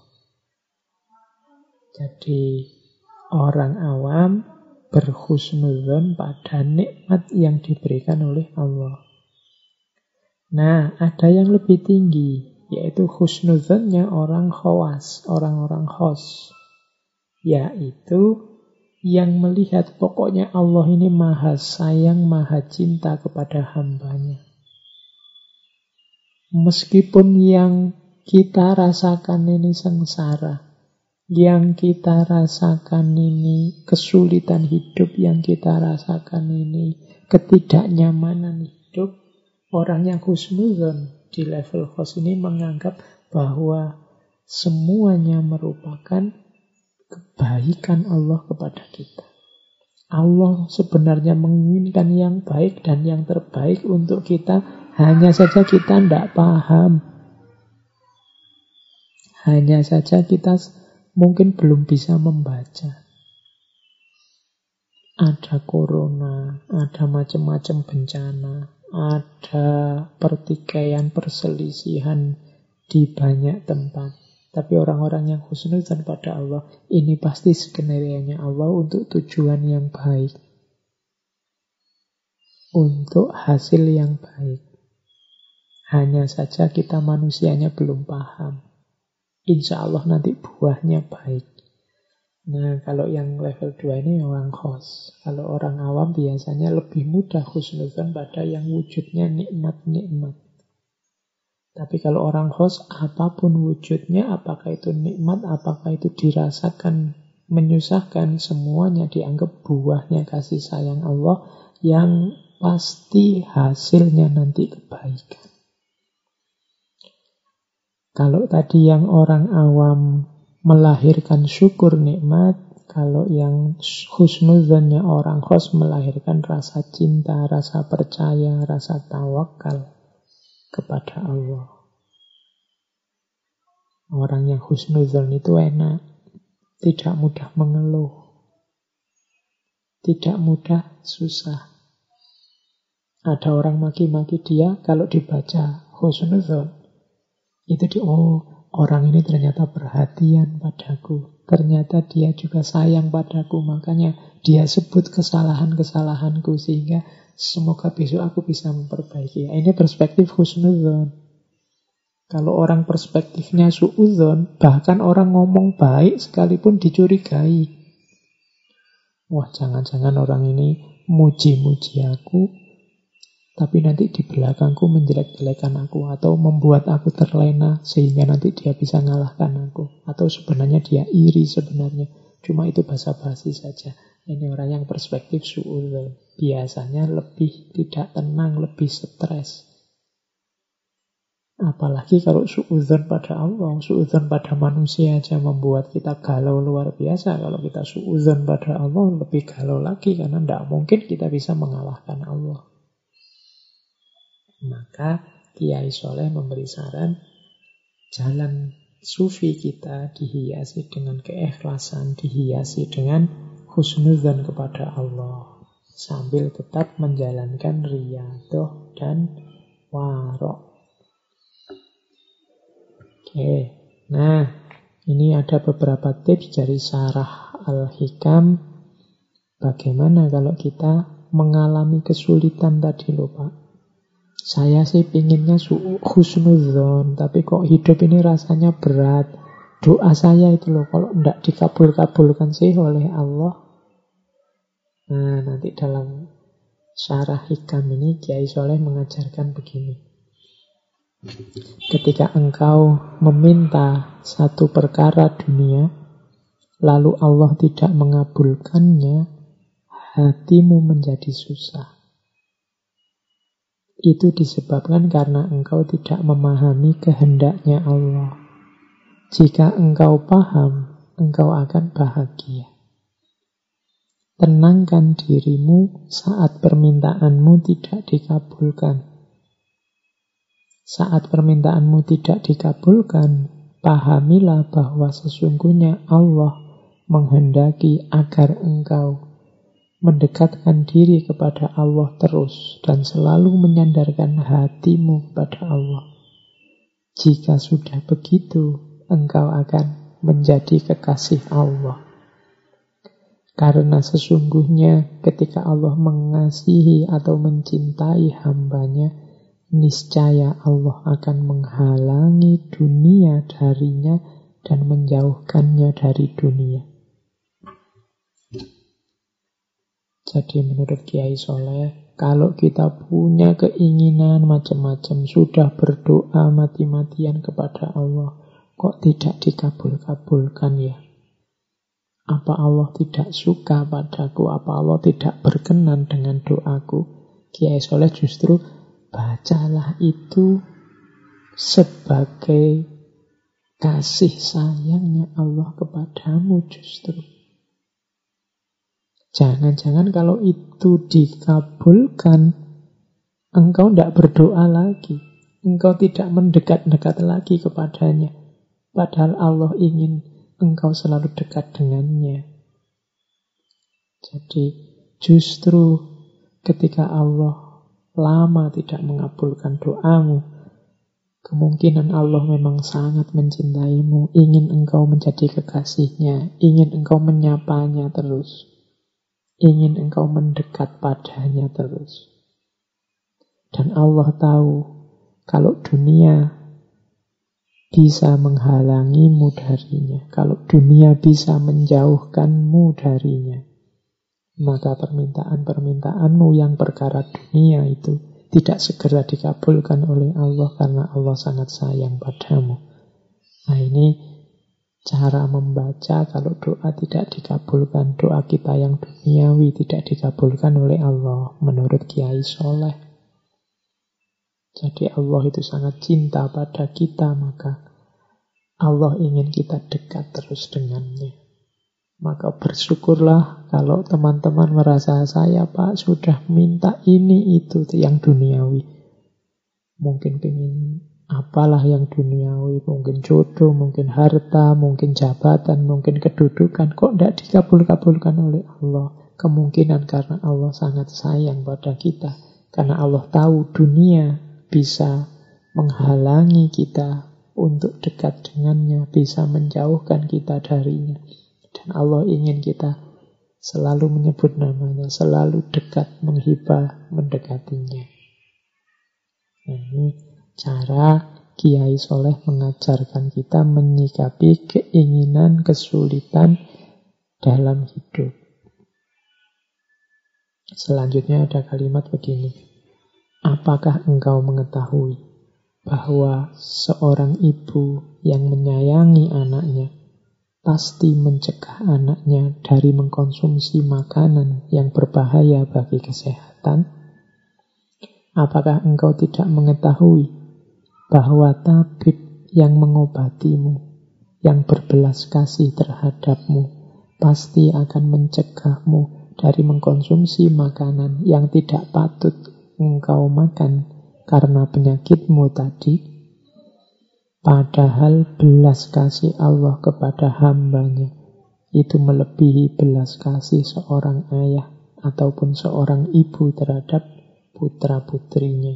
Jadi orang awam berhusnudzon pada nikmat yang diberikan oleh Allah. Nah, ada yang lebih tinggi, yaitu husnudzonnya orang khawas, orang-orang khos. Yaitu yang melihat pokoknya Allah ini maha sayang, maha cinta kepada hambanya. Meskipun yang kita rasakan ini sengsara, yang kita rasakan ini kesulitan hidup, yang kita rasakan ini ketidaknyamanan hidup, orang yang husnudzon di level khos ini menganggap bahwa semuanya merupakan kebaikan Allah kepada kita. Allah sebenarnya menginginkan yang baik dan yang terbaik untuk kita, hanya saja kita tidak paham. Hanya saja kita mungkin belum bisa membaca. Ada corona, ada macam-macam bencana, ada pertikaian, perselisihan di banyak tempat. Tapi orang-orang yang husnudzon pada Allah, ini pasti skenario-nya Allah untuk tujuan yang baik. Untuk hasil yang baik. Hanya saja kita manusianya belum paham. Insya Allah nanti buahnya baik. Nah, kalau yang level dua ini orang khos. Kalau orang awam biasanya lebih mudah husnudzon pada yang wujudnya nikmat-nikmat. Tapi kalau orang khos, apapun wujudnya, apakah itu nikmat, apakah itu dirasakan menyusahkan, semuanya dianggap buahnya kasih sayang Allah yang pasti hasilnya nanti kebaikan. Kalau tadi yang orang awam melahirkan syukur nikmat, kalau yang husnuzannya orang khos melahirkan rasa cinta, rasa percaya, rasa tawakal kepada Allah. Orang yang husnuzan itu enak, tidak mudah mengeluh, tidak mudah susah. Ada orang maki-maki dia, kalau dibaca husnuzan, itu di, oh orang ini ternyata perhatian padaku. Ternyata dia juga sayang padaku, makanya dia sebut kesalahan-kesalahanku sehingga semoga besok aku bisa memperbaiki. Ini perspektif husnuzon. Kalau orang perspektifnya suudzon, bahkan orang ngomong baik sekalipun dicurigai. Wah, jangan-jangan orang ini muji-muji aku, tapi nanti di belakangku menjelek-jelekan aku, atau membuat aku terlena sehingga nanti dia bisa ngalahkan aku, atau sebenarnya dia iri sebenarnya, cuma itu basa-basi saja. Ini orang yang perspektif suudzon, biasanya lebih tidak tenang, lebih stres. Apalagi kalau suudzon pada Allah, suudzon pada manusia aja membuat kita galau luar biasa. Kalau kita suudzon pada Allah lebih galau lagi, karena tidak mungkin kita bisa mengalahkan Allah. Maka Kiai Soleh memberi saran, jalan sufi kita dihiasi dengan keikhlasan, dihiasi dengan husnudzan kepada Allah, sambil tetap menjalankan riyadhah dan warok. Oke, nah ini ada beberapa tips dari Syarah Al-Hikam. Bagaimana kalau kita mengalami kesulitan tadi loh Pak? Saya sih pinginnya husnudzon, tapi kok hidup ini rasanya berat. Doa saya itu loh, kalau tidak dikabul-kabulkan sih oleh Allah. Nah, nanti dalam Syarah Hikam ini Kiai Soleh mengajarkan begini. Ketika engkau meminta satu perkara dunia, lalu Allah tidak mengabulkannya, hatimu menjadi susah. Itu disebabkan karena engkau tidak memahami kehendaknya Allah. Jika engkau paham, engkau akan bahagia. Tenangkan dirimu saat permintaanmu tidak dikabulkan. Saat permintaanmu tidak dikabulkan, pahamilah bahwa sesungguhnya Allah menghendaki agar engkau mendekatkan diri kepada Allah terus dan selalu menyandarkan hatimu kepada Allah. Jika sudah begitu, engkau akan menjadi kekasih Allah. Karena sesungguhnya ketika Allah mengasihi atau mencintai hambanya, niscaya Allah akan menghalangi dunia darinya dan menjauhkannya dari dunia. Jadi menurut Kiai Soleh, kalau kita punya keinginan macam-macam, sudah berdoa mati-matian kepada Allah, kok tidak dikabul-kabulkan ya? Apa Allah tidak suka padaku? Apa Allah tidak berkenan dengan doaku? Kiai Soleh justru bacalah itu sebagai kasih sayangnya Allah kepadamu justru. Jangan-jangan kalau itu dikabulkan, engkau tidak berdoa lagi. Engkau tidak mendekat-dekat lagi kepadanya. Padahal Allah ingin engkau selalu dekat dengannya. Jadi justru ketika Allah lama tidak mengabulkan doamu, kemungkinan Allah memang sangat mencintaimu, ingin engkau menjadi kekasihnya, ingin engkau menyapanya terus, ingin engkau mendekat padanya terus. Dan Allah tahu kalau dunia bisa menghalangimu darinya, kalau dunia bisa menjauhkanmu darinya, maka permintaan-permintaanmu yang perkara dunia itu tidak segera dikabulkan oleh Allah karena Allah sangat sayang padamu. Nah ini cara membaca kalau doa tidak dikabulkan, doa kita yang duniawi tidak dikabulkan oleh Allah menurut Kiai Soleh. Jadi Allah itu sangat cinta pada kita, maka Allah ingin kita dekat terus dengannya. Maka bersyukurlah kalau teman-teman merasa saya Pak sudah minta ini itu yang duniawi. Mungkin pengen apalah yang duniawi, mungkin jodoh, mungkin harta, mungkin jabatan, mungkin kedudukan. Kok tidak dikabul-kabulkan oleh Allah? Kemungkinan karena Allah sangat sayang pada kita. Karena Allah tahu dunia bisa menghalangi kita untuk dekat dengannya, bisa menjauhkan kita darinya. Dan Allah ingin kita selalu menyebut namanya, selalu dekat, menghibah, mendekatinya. Nah, ini cara Kiai Soleh mengajarkan kita menyikapi keinginan, kesulitan dalam hidup. Selanjutnya ada kalimat begini. Apakah engkau mengetahui bahwa seorang ibu yang menyayangi anaknya pasti mencegah anaknya dari mengkonsumsi makanan yang berbahaya bagi kesehatan? Apakah engkau tidak mengetahui bahwa tabib yang mengobatimu, yang berbelas kasih terhadapmu, pasti akan mencegahmu dari mengkonsumsi makanan yang tidak patut engkau makan karena penyakitmu tadi? Padahal belas kasih Allah kepada hambanya itu melebihi belas kasih seorang ayah ataupun seorang ibu terhadap putra-putrinya.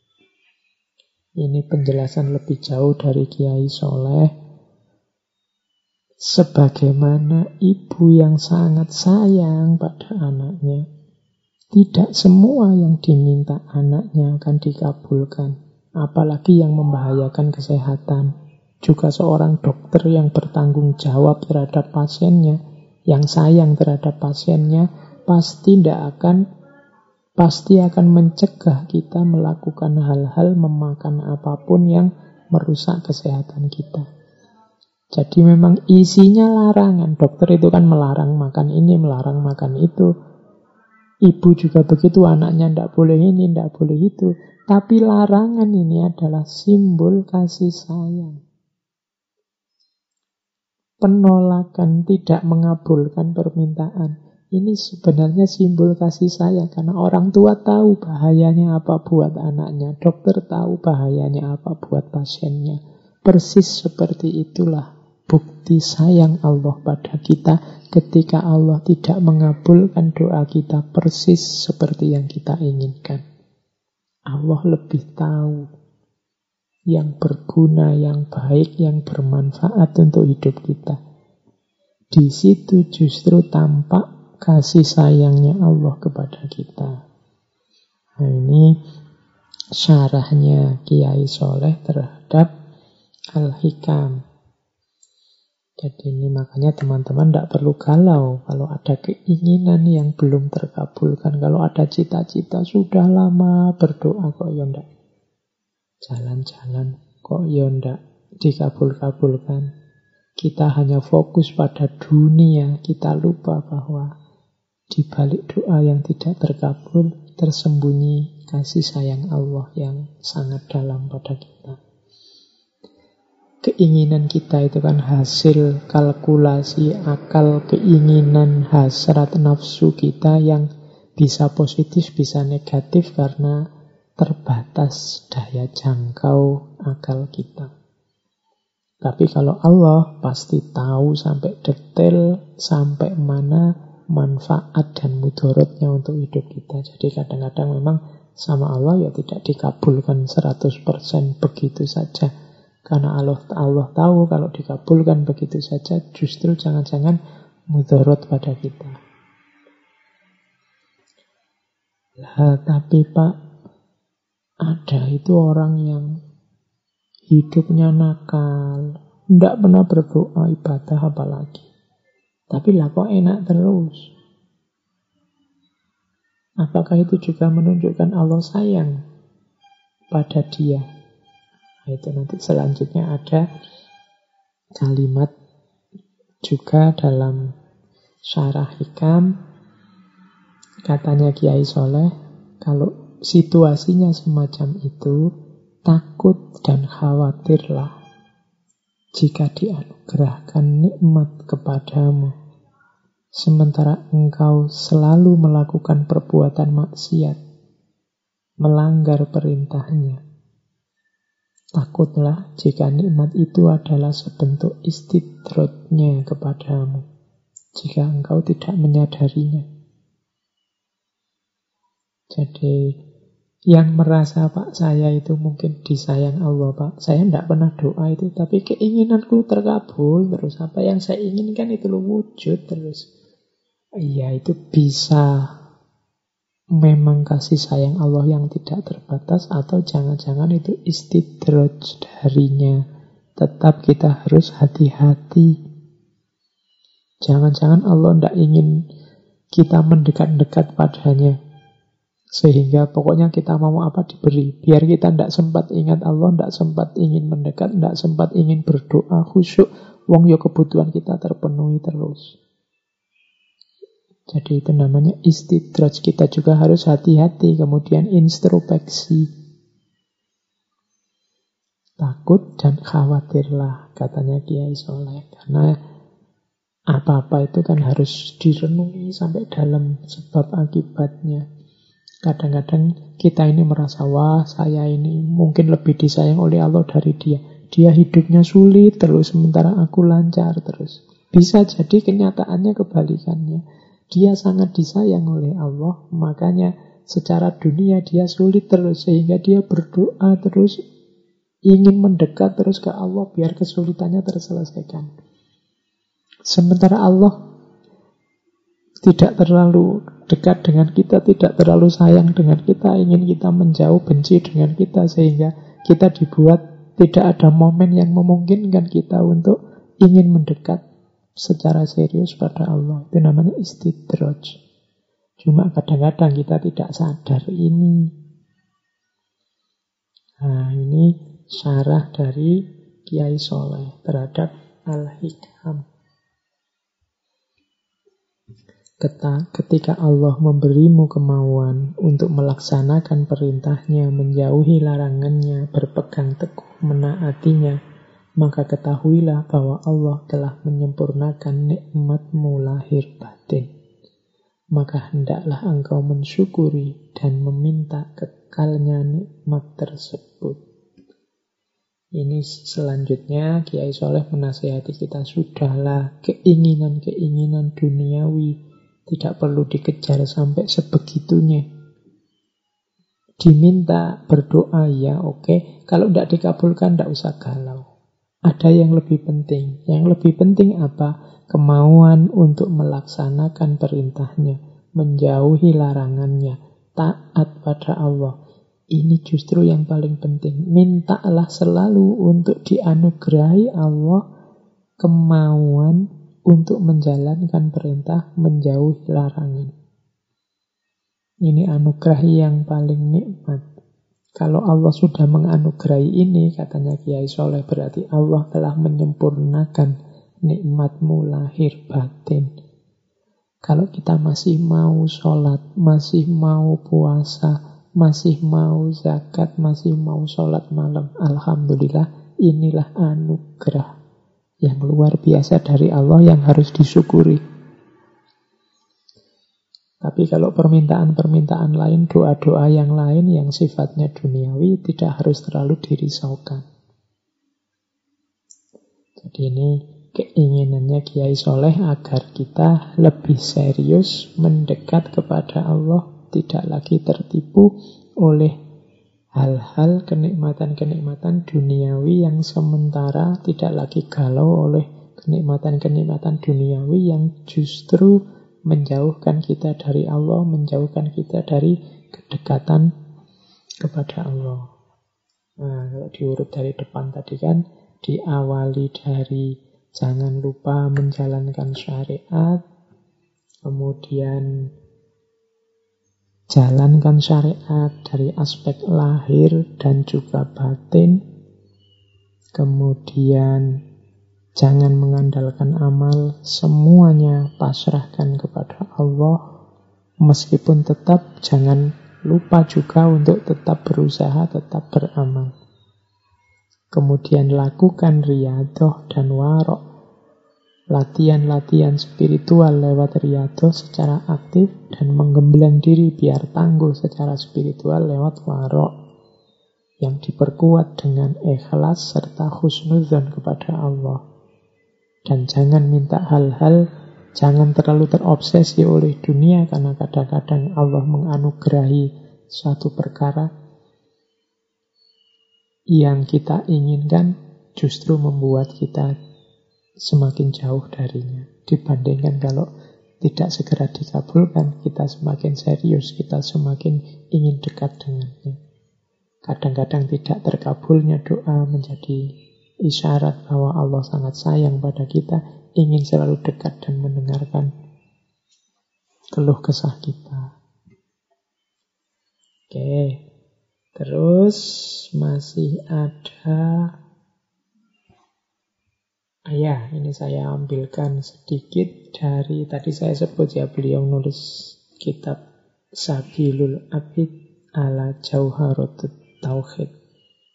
Ini penjelasan lebih jauh dari Kiai Soleh. Sebagaimana ibu yang sangat sayang pada anaknya, tidak semua yang diminta anaknya akan dikabulkan. Apalagi yang membahayakan kesehatan. Juga seorang dokter yang bertanggung jawab terhadap pasiennya, yang sayang terhadap pasiennya, pasti tidak akan pasti akan mencegah kita melakukan hal-hal, memakan apapun yang merusak kesehatan kita. Jadi memang isinya larangan. Dokter itu kan melarang makan ini, melarang makan itu. Ibu juga begitu, anaknya tidak boleh ini, tidak boleh itu. Tapi larangan ini adalah simbol kasih sayang. Penolakan, tidak mengabulkan permintaan, ini sebenarnya simbol kasih sayang. Karena orang tua tahu bahayanya apa buat anaknya, dokter tahu bahayanya apa buat pasiennya. Persis seperti itulah bukti sayang Allah pada kita ketika Allah tidak mengabulkan doa kita persis seperti yang kita inginkan. Allah lebih tahu yang berguna, yang baik, yang bermanfaat untuk hidup kita. Di situ justru tampak kasih sayangnya Allah kepada kita. Nah, ini syarahnya Kiai Soleh terhadap Al-Hikam. Jadi ini makanya teman-teman tidak perlu galau kalau ada keinginan yang belum terkabulkan. Kalau ada cita-cita sudah lama berdoa kok ya ndak jalan-jalan, kok ya ndak dikabul-kabulkan. Kita hanya fokus pada dunia, kita lupa bahwa di balik doa yang tidak terkabul tersembunyi kasih sayang Allah yang sangat dalam pada kita. Keinginan kita itu kan hasil kalkulasi akal, keinginan, hasrat, nafsu kita yang bisa positif, bisa negatif karena terbatas daya jangkau akal kita. Tapi kalau Allah pasti tahu sampai detail, sampai mana manfaat dan mudorotnya untuk hidup kita. Jadi kadang-kadang memang sama Allah ya tidak dikabulkan seratus persen begitu saja. Karena Allah, Allah tahu kalau dikabulkan begitu saja justru jangan-jangan mudorot pada kita. Lah, tapi Pak, ada itu orang yang hidupnya nakal, tidak pernah berdoa, ibadah apalagi. Tapi lah kok enak terus. Apakah itu juga menunjukkan Allah sayang pada dia? Nah, itu nanti selanjutnya ada kalimat Juga dalam Syarah Hikam, katanya Kiai Soleh, kalau situasinya semacam itu, takut dan khawatirlah jika dianugerahkan nikmat kepadamu, sementara engkau selalu melakukan perbuatan maksiat, melanggar perintahnya. Takutlah jika nikmat itu adalah sebentuk istidrojnya kepadamu, jika engkau tidak menyadarinya. Jadi yang merasa Pak saya itu mungkin disayang Allah Pak, saya tidak pernah doa itu, tapi keinginanku terkabul terus, apa yang saya inginkan itu lo wujud terus. Iya, itu bisa memang kasih sayang Allah yang tidak terbatas, atau jangan-jangan itu istidraj darinya. Tetap kita harus hati-hati. Jangan-jangan Allah tidak ingin kita mendekat-dekat padanya, sehingga pokoknya kita mau apa diberi. Biar kita tidak sempat ingat Allah, tidak sempat ingin mendekat, tidak sempat ingin berdoa khusyuk. Wong yo kebutuhan kita terpenuhi terus. Jadi itu namanya istidraj. Kita juga harus hati-hati. Kemudian introspeksi. Takut dan khawatirlah, katanya Kiai Soleh. Karena apa-apa itu kan harus direnungi sampai dalam sebab akibatnya. Kadang-kadang kita ini merasa, wah saya ini mungkin lebih disayang oleh Allah dari dia. Dia hidupnya sulit terus, sementara aku lancar terus. Bisa jadi kenyataannya kebalikannya. Dia sangat disayang oleh Allah, makanya secara dunia dia sulit terus, sehingga dia berdoa terus, ingin mendekat terus ke Allah biar kesulitannya terselesaikan. Sementara Allah tidak terlalu dekat dengan kita, tidak terlalu sayang dengan kita, ingin kita menjauh, benci dengan kita, sehingga kita dibuat tidak ada momen yang memungkinkan kita untuk ingin mendekat secara serius pada Allah. Itu namanya istidraj. Cuma kadang-kadang kita tidak sadar ini. Nah, ini syarah dari Kiai Soleh terhadap Al-Hikam. Ketika Allah memberimu kemauan untuk melaksanakan perintahnya, menjauhi larangannya, berpegang teguh menaatinya, maka ketahuilah bahwa Allah telah menyempurnakan nikmatmu lahir batin. Maka hendaklah engkau mensyukuri dan meminta kekalnya nikmat tersebut. Ini selanjutnya Kiai Soleh menasihati kita, sudahlah keinginan-keinginan duniawi tidak perlu dikejar sampai sebegitunya. Diminta berdoa ya oke, okay. Kalau tidak dikabulkan tidak usah galau. Ada yang lebih penting. Yang lebih penting apa? Kemauan untuk melaksanakan perintahnya, menjauhi larangannya, taat pada Allah. Ini justru yang paling penting. Mintalah selalu untuk dianugerahi Allah kemauan untuk menjalankan perintah, menjauhi larangan. Ini anugerah yang paling nikmat. Kalau Allah sudah menganugerahi ini, katanya Kiai Soleh, berarti Allah telah menyempurnakan nikmatmu lahir batin. Kalau kita masih mau sholat, masih mau puasa, masih mau zakat, masih mau sholat malam, alhamdulillah, inilah anugerah yang luar biasa dari Allah yang harus disyukuri. Tapi kalau permintaan-permintaan lain, doa-doa yang lain yang sifatnya duniawi, tidak harus terlalu dirisaukan. Jadi ini keinginannya Kiai Soleh agar kita lebih serius mendekat kepada Allah, tidak lagi tertipu oleh hal-hal kenikmatan-kenikmatan duniawi yang sementara, tidak lagi galau oleh kenikmatan-kenikmatan duniawi yang justru menjauhkan kita dari Allah, menjauhkan kita dari kedekatan kepada Allah. Nah, kalau diurut dari depan tadi kan, diawali dari jangan lupa menjalankan syariat, kemudian jalankan syariat dari aspek lahir dan juga batin. Kemudian Jangan mengandalkan amal, semuanya pasrahkan kepada Allah. Meskipun tetap jangan lupa juga untuk tetap berusaha, tetap beramal. Kemudian lakukan riyadhah dan warok. Latihan-latihan spiritual lewat riyadhah secara aktif dan menggembleng diri biar tangguh secara spiritual lewat warok. Yang diperkuat dengan ikhlas serta husnudzon kepada Allah. Dan jangan minta hal-hal, jangan terlalu terobsesi oleh dunia, karena kadang-kadang Allah menganugerahi suatu perkara yang kita inginkan justru membuat kita semakin jauh darinya. Dibandingkan kalau tidak segera dikabulkan, kita semakin serius, kita semakin ingin dekat dengannya. Kadang-kadang tidak terkabulnya doa menjadi isyarat bahwa Allah sangat sayang pada kita, ingin selalu dekat dan mendengarkan keluh kesah kita. Oke, terus masih ada, ah ya, ini saya ambilkan sedikit dari, tadi saya sebut ya, beliau nulis kitab Sabilul Abid ala Jauharatut Tauhid.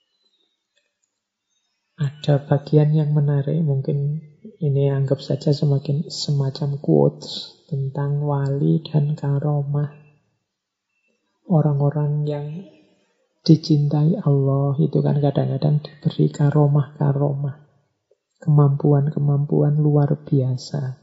Ada bagian yang menarik, mungkin ini anggap saja semakin semacam quotes tentang wali dan karomah. Orang-orang yang dicintai Allah itu kan kadang-kadang diberi karomah-karomah, kemampuan-kemampuan luar biasa.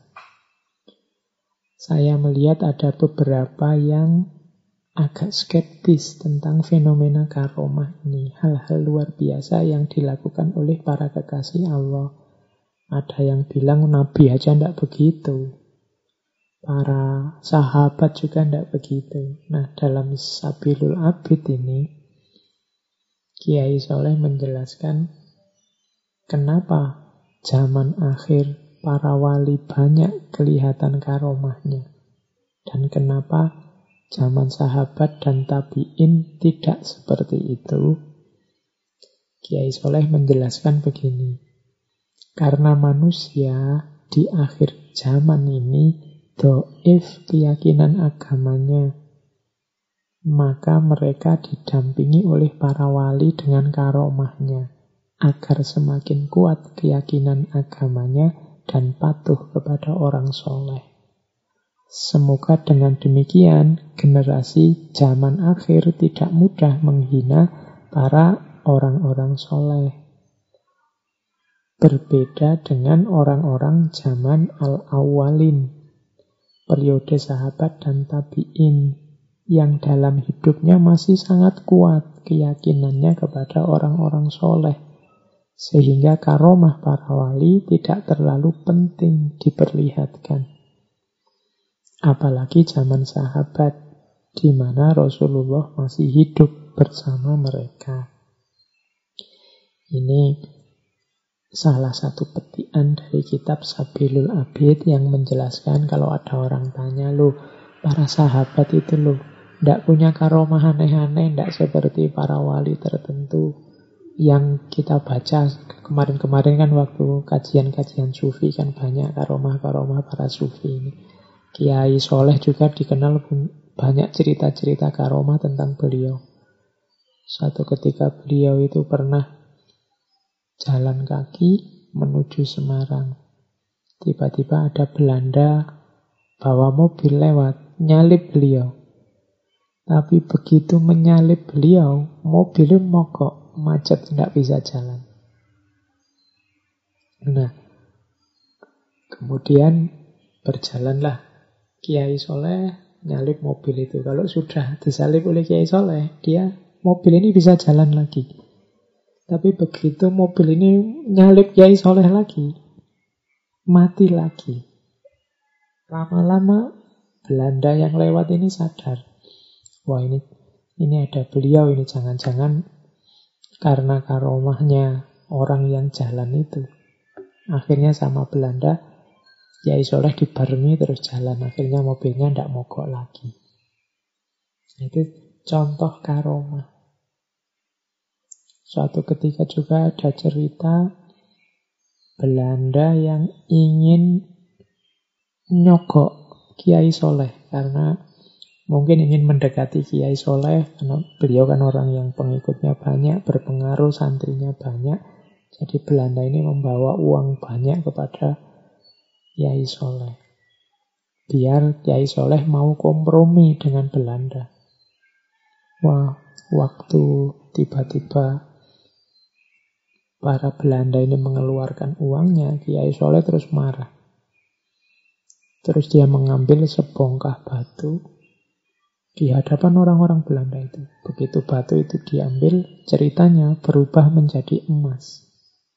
Saya melihat ada beberapa yang agak skeptis tentang fenomena karomah ini. Hal-hal luar biasa yang dilakukan oleh para kekasih Allah. Ada yang bilang Nabi aja tidak begitu. Para sahabat juga tidak begitu. Nah, dalam Sabilul Abid ini, Kiai Soleh menjelaskan kenapa zaman akhir para wali banyak kelihatan karomahnya. Dan kenapa zaman sahabat dan tabi'in tidak seperti itu. Kiai Soleh menjelaskan begini. Karena manusia di akhir zaman ini dhaif keyakinan agamanya, maka mereka didampingi oleh para wali dengan karomahnya, agar semakin kuat keyakinan agamanya dan patuh kepada orang soleh. Semoga dengan demikian generasi zaman akhir tidak mudah menghina para orang-orang soleh. Berbeda dengan orang-orang zaman al-awwalin, periode sahabat dan tabi'in, yang dalam hidupnya masih sangat kuat keyakinannya kepada orang-orang soleh. Sehingga karomah para wali tidak terlalu penting diperlihatkan. Apalagi zaman sahabat, di mana Rasulullah masih hidup bersama mereka. Ini salah satu petikan dari kitab Sabilul Abid yang menjelaskan kalau ada orang tanya, loh, para sahabat itu loh, tidak punya karomah aneh-aneh, tidak seperti para wali tertentu yang kita baca kemarin-kemarin kan waktu kajian-kajian sufi kan banyak karomah-karomah para sufi ini. Kiai Soleh juga dikenal banyak cerita-cerita karomah tentang beliau. Suatu ketika beliau itu pernah jalan kaki menuju Semarang. Tiba-tiba ada Belanda bawa mobil lewat, nyalip beliau. Tapi begitu menyalip beliau, mobilnya mogok, macet, tidak bisa jalan. Nah, kemudian berjalanlah Kiai Soleh nyalip mobil itu. Kalau sudah disalip oleh Kiai Soleh, dia mobil ini bisa jalan lagi. Tapi begitu mobil ini nyalip Kiai Soleh lagi, mati lagi. Lama-lama Belanda yang lewat ini sadar, wah ini ini ada beliau, ini jangan-jangan karena karomahnya orang yang jalan itu. Akhirnya sama Belanda, Kiai Soleh dibarengi terus jalan. Akhirnya mobilnya tidak mogok lagi. Itu contoh karomah. Suatu ketika juga ada cerita Belanda yang ingin nyogok Kiai Soleh karena mungkin ingin mendekati Kiai Soleh karena beliau kan orang yang pengikutnya banyak, berpengaruh, santrinya banyak. Jadi Belanda ini membawa uang banyak kepada Kiai Soleh. Biar Kiai Soleh mau kompromi dengan Belanda. Wah, waktu tiba-tiba para Belanda ini mengeluarkan uangnya, Kiai Soleh terus marah. Terus dia mengambil sebongkah batu di hadapan orang-orang Belanda itu. Begitu batu itu diambil, ceritanya berubah menjadi emas.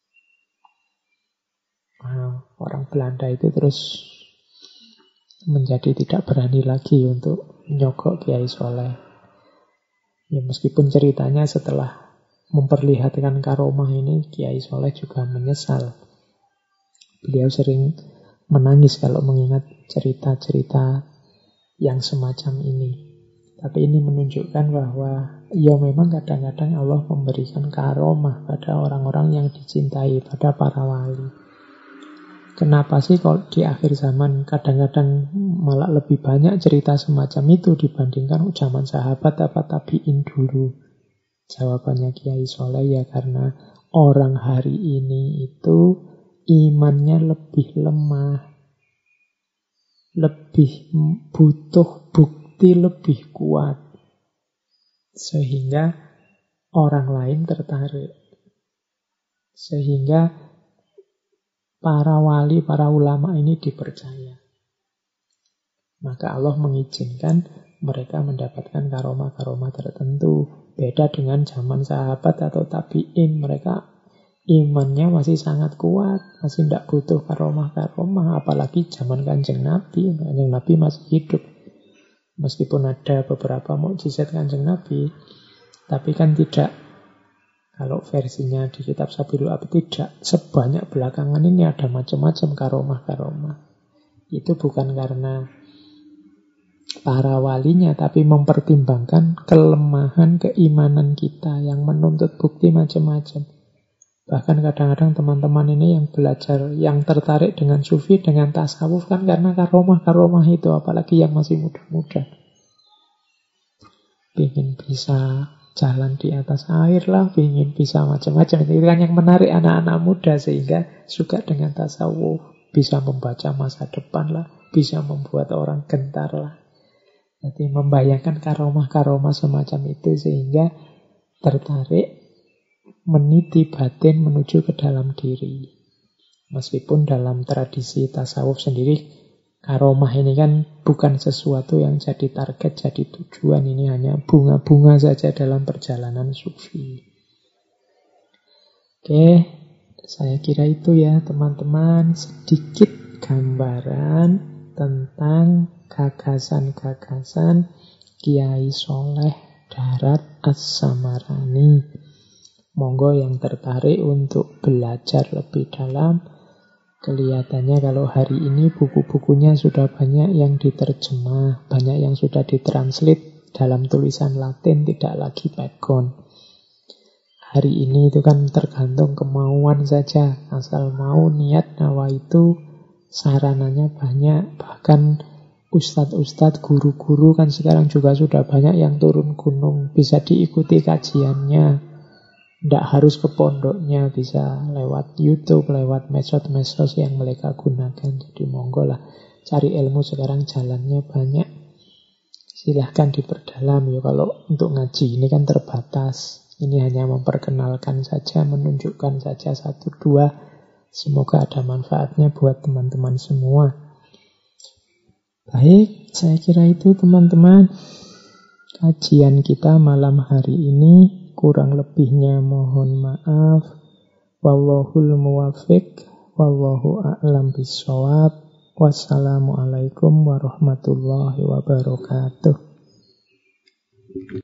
Nah, orang Belanda itu terus menjadi tidak berani lagi untuk menyogok Kiai Soleh. Ya, meskipun ceritanya setelah memperlihatkan karomah ini, Kiai Soleh juga menyesal. Beliau sering menangis kalau mengingat cerita-cerita yang semacam ini. Tapi ini menunjukkan bahwa ya memang kadang-kadang Allah memberikan karomah pada orang-orang yang dicintai, pada para wali. Kenapa sih kalau di akhir zaman kadang-kadang malah lebih banyak cerita semacam itu dibandingkan zaman sahabat apa tabi'in dulu? Jawabannya Kiai Soleh ya karena orang hari ini itu imannya lebih lemah, lebih butuh bukti lebih kuat, sehingga orang lain tertarik. Sehingga para wali, para ulama ini dipercaya. Maka Allah mengizinkan mereka mendapatkan karomah-karomah tertentu. Beda dengan zaman sahabat atau tabi'in, mereka imannya masih sangat kuat, masih tidak butuh karomah-karomah, apalagi zaman Kanjeng Nabi. Kanjeng Nabi masih hidup. Meskipun ada beberapa mukjizat Kanjeng Nabi, tapi kan tidak, kalau versinya di kitab Sabilul Abid tidak sebanyak belakangan ini ada macam-macam karomah-karomah. Itu bukan karena para walinya, tapi mempertimbangkan kelemahan keimanan kita yang menuntut bukti macam-macam. Bahkan kadang-kadang teman-teman ini yang belajar, yang tertarik dengan sufi, dengan tasawuf kan karena karomah-karomah itu, apalagi yang masih muda-muda. Pengen bisa jalan di atas air lah, pengen bisa macam-macam. Itu kan yang menarik anak-anak muda sehingga suka dengan tasawuf. Bisa membaca masa depan lah, bisa membuat orang gentar lah. Jadi membayangkan karomah-karomah semacam itu sehingga tertarik meniti batin menuju ke dalam diri. Meskipun dalam tradisi tasawuf sendiri, karomah ini kan bukan sesuatu yang jadi target, jadi tujuan. Ini hanya bunga-bunga saja dalam perjalanan sufi. Oke, saya kira itu ya teman-teman, sedikit gambaran tentang gagasan-gagasan Kiai Soleh Darat As-Samarani. Monggo yang tertarik untuk belajar lebih dalam. Kelihatannya kalau hari ini buku-bukunya sudah banyak yang diterjemah, banyak yang sudah ditranslate dalam tulisan Latin, tidak lagi background. Hari ini itu kan tergantung kemauan saja. Asal mau, niat, nawa itu sarananya banyak. Bahkan ustadz-ustadz, guru-guru kan sekarang juga sudah banyak yang turun gunung. Bisa diikuti kajiannya. Tidak harus ke pondoknya, bisa lewat YouTube, lewat medsos-medsos yang mereka gunakan. Jadi monggo lah, cari ilmu sekarang jalannya banyak. Silahkan diperdalam ya. Kalau untuk ngaji ini kan terbatas. Ini hanya memperkenalkan saja, menunjukkan saja satu dua. Semoga ada manfaatnya buat teman-teman semua. Baik, saya kira itu teman-teman. Kajian kita malam hari ini. Kurang lebihnya mohon maaf. Wallahul muwaffiq. Wallahu a'lam bishawab. Wassalamualaikum warahmatullahi wabarakatuh.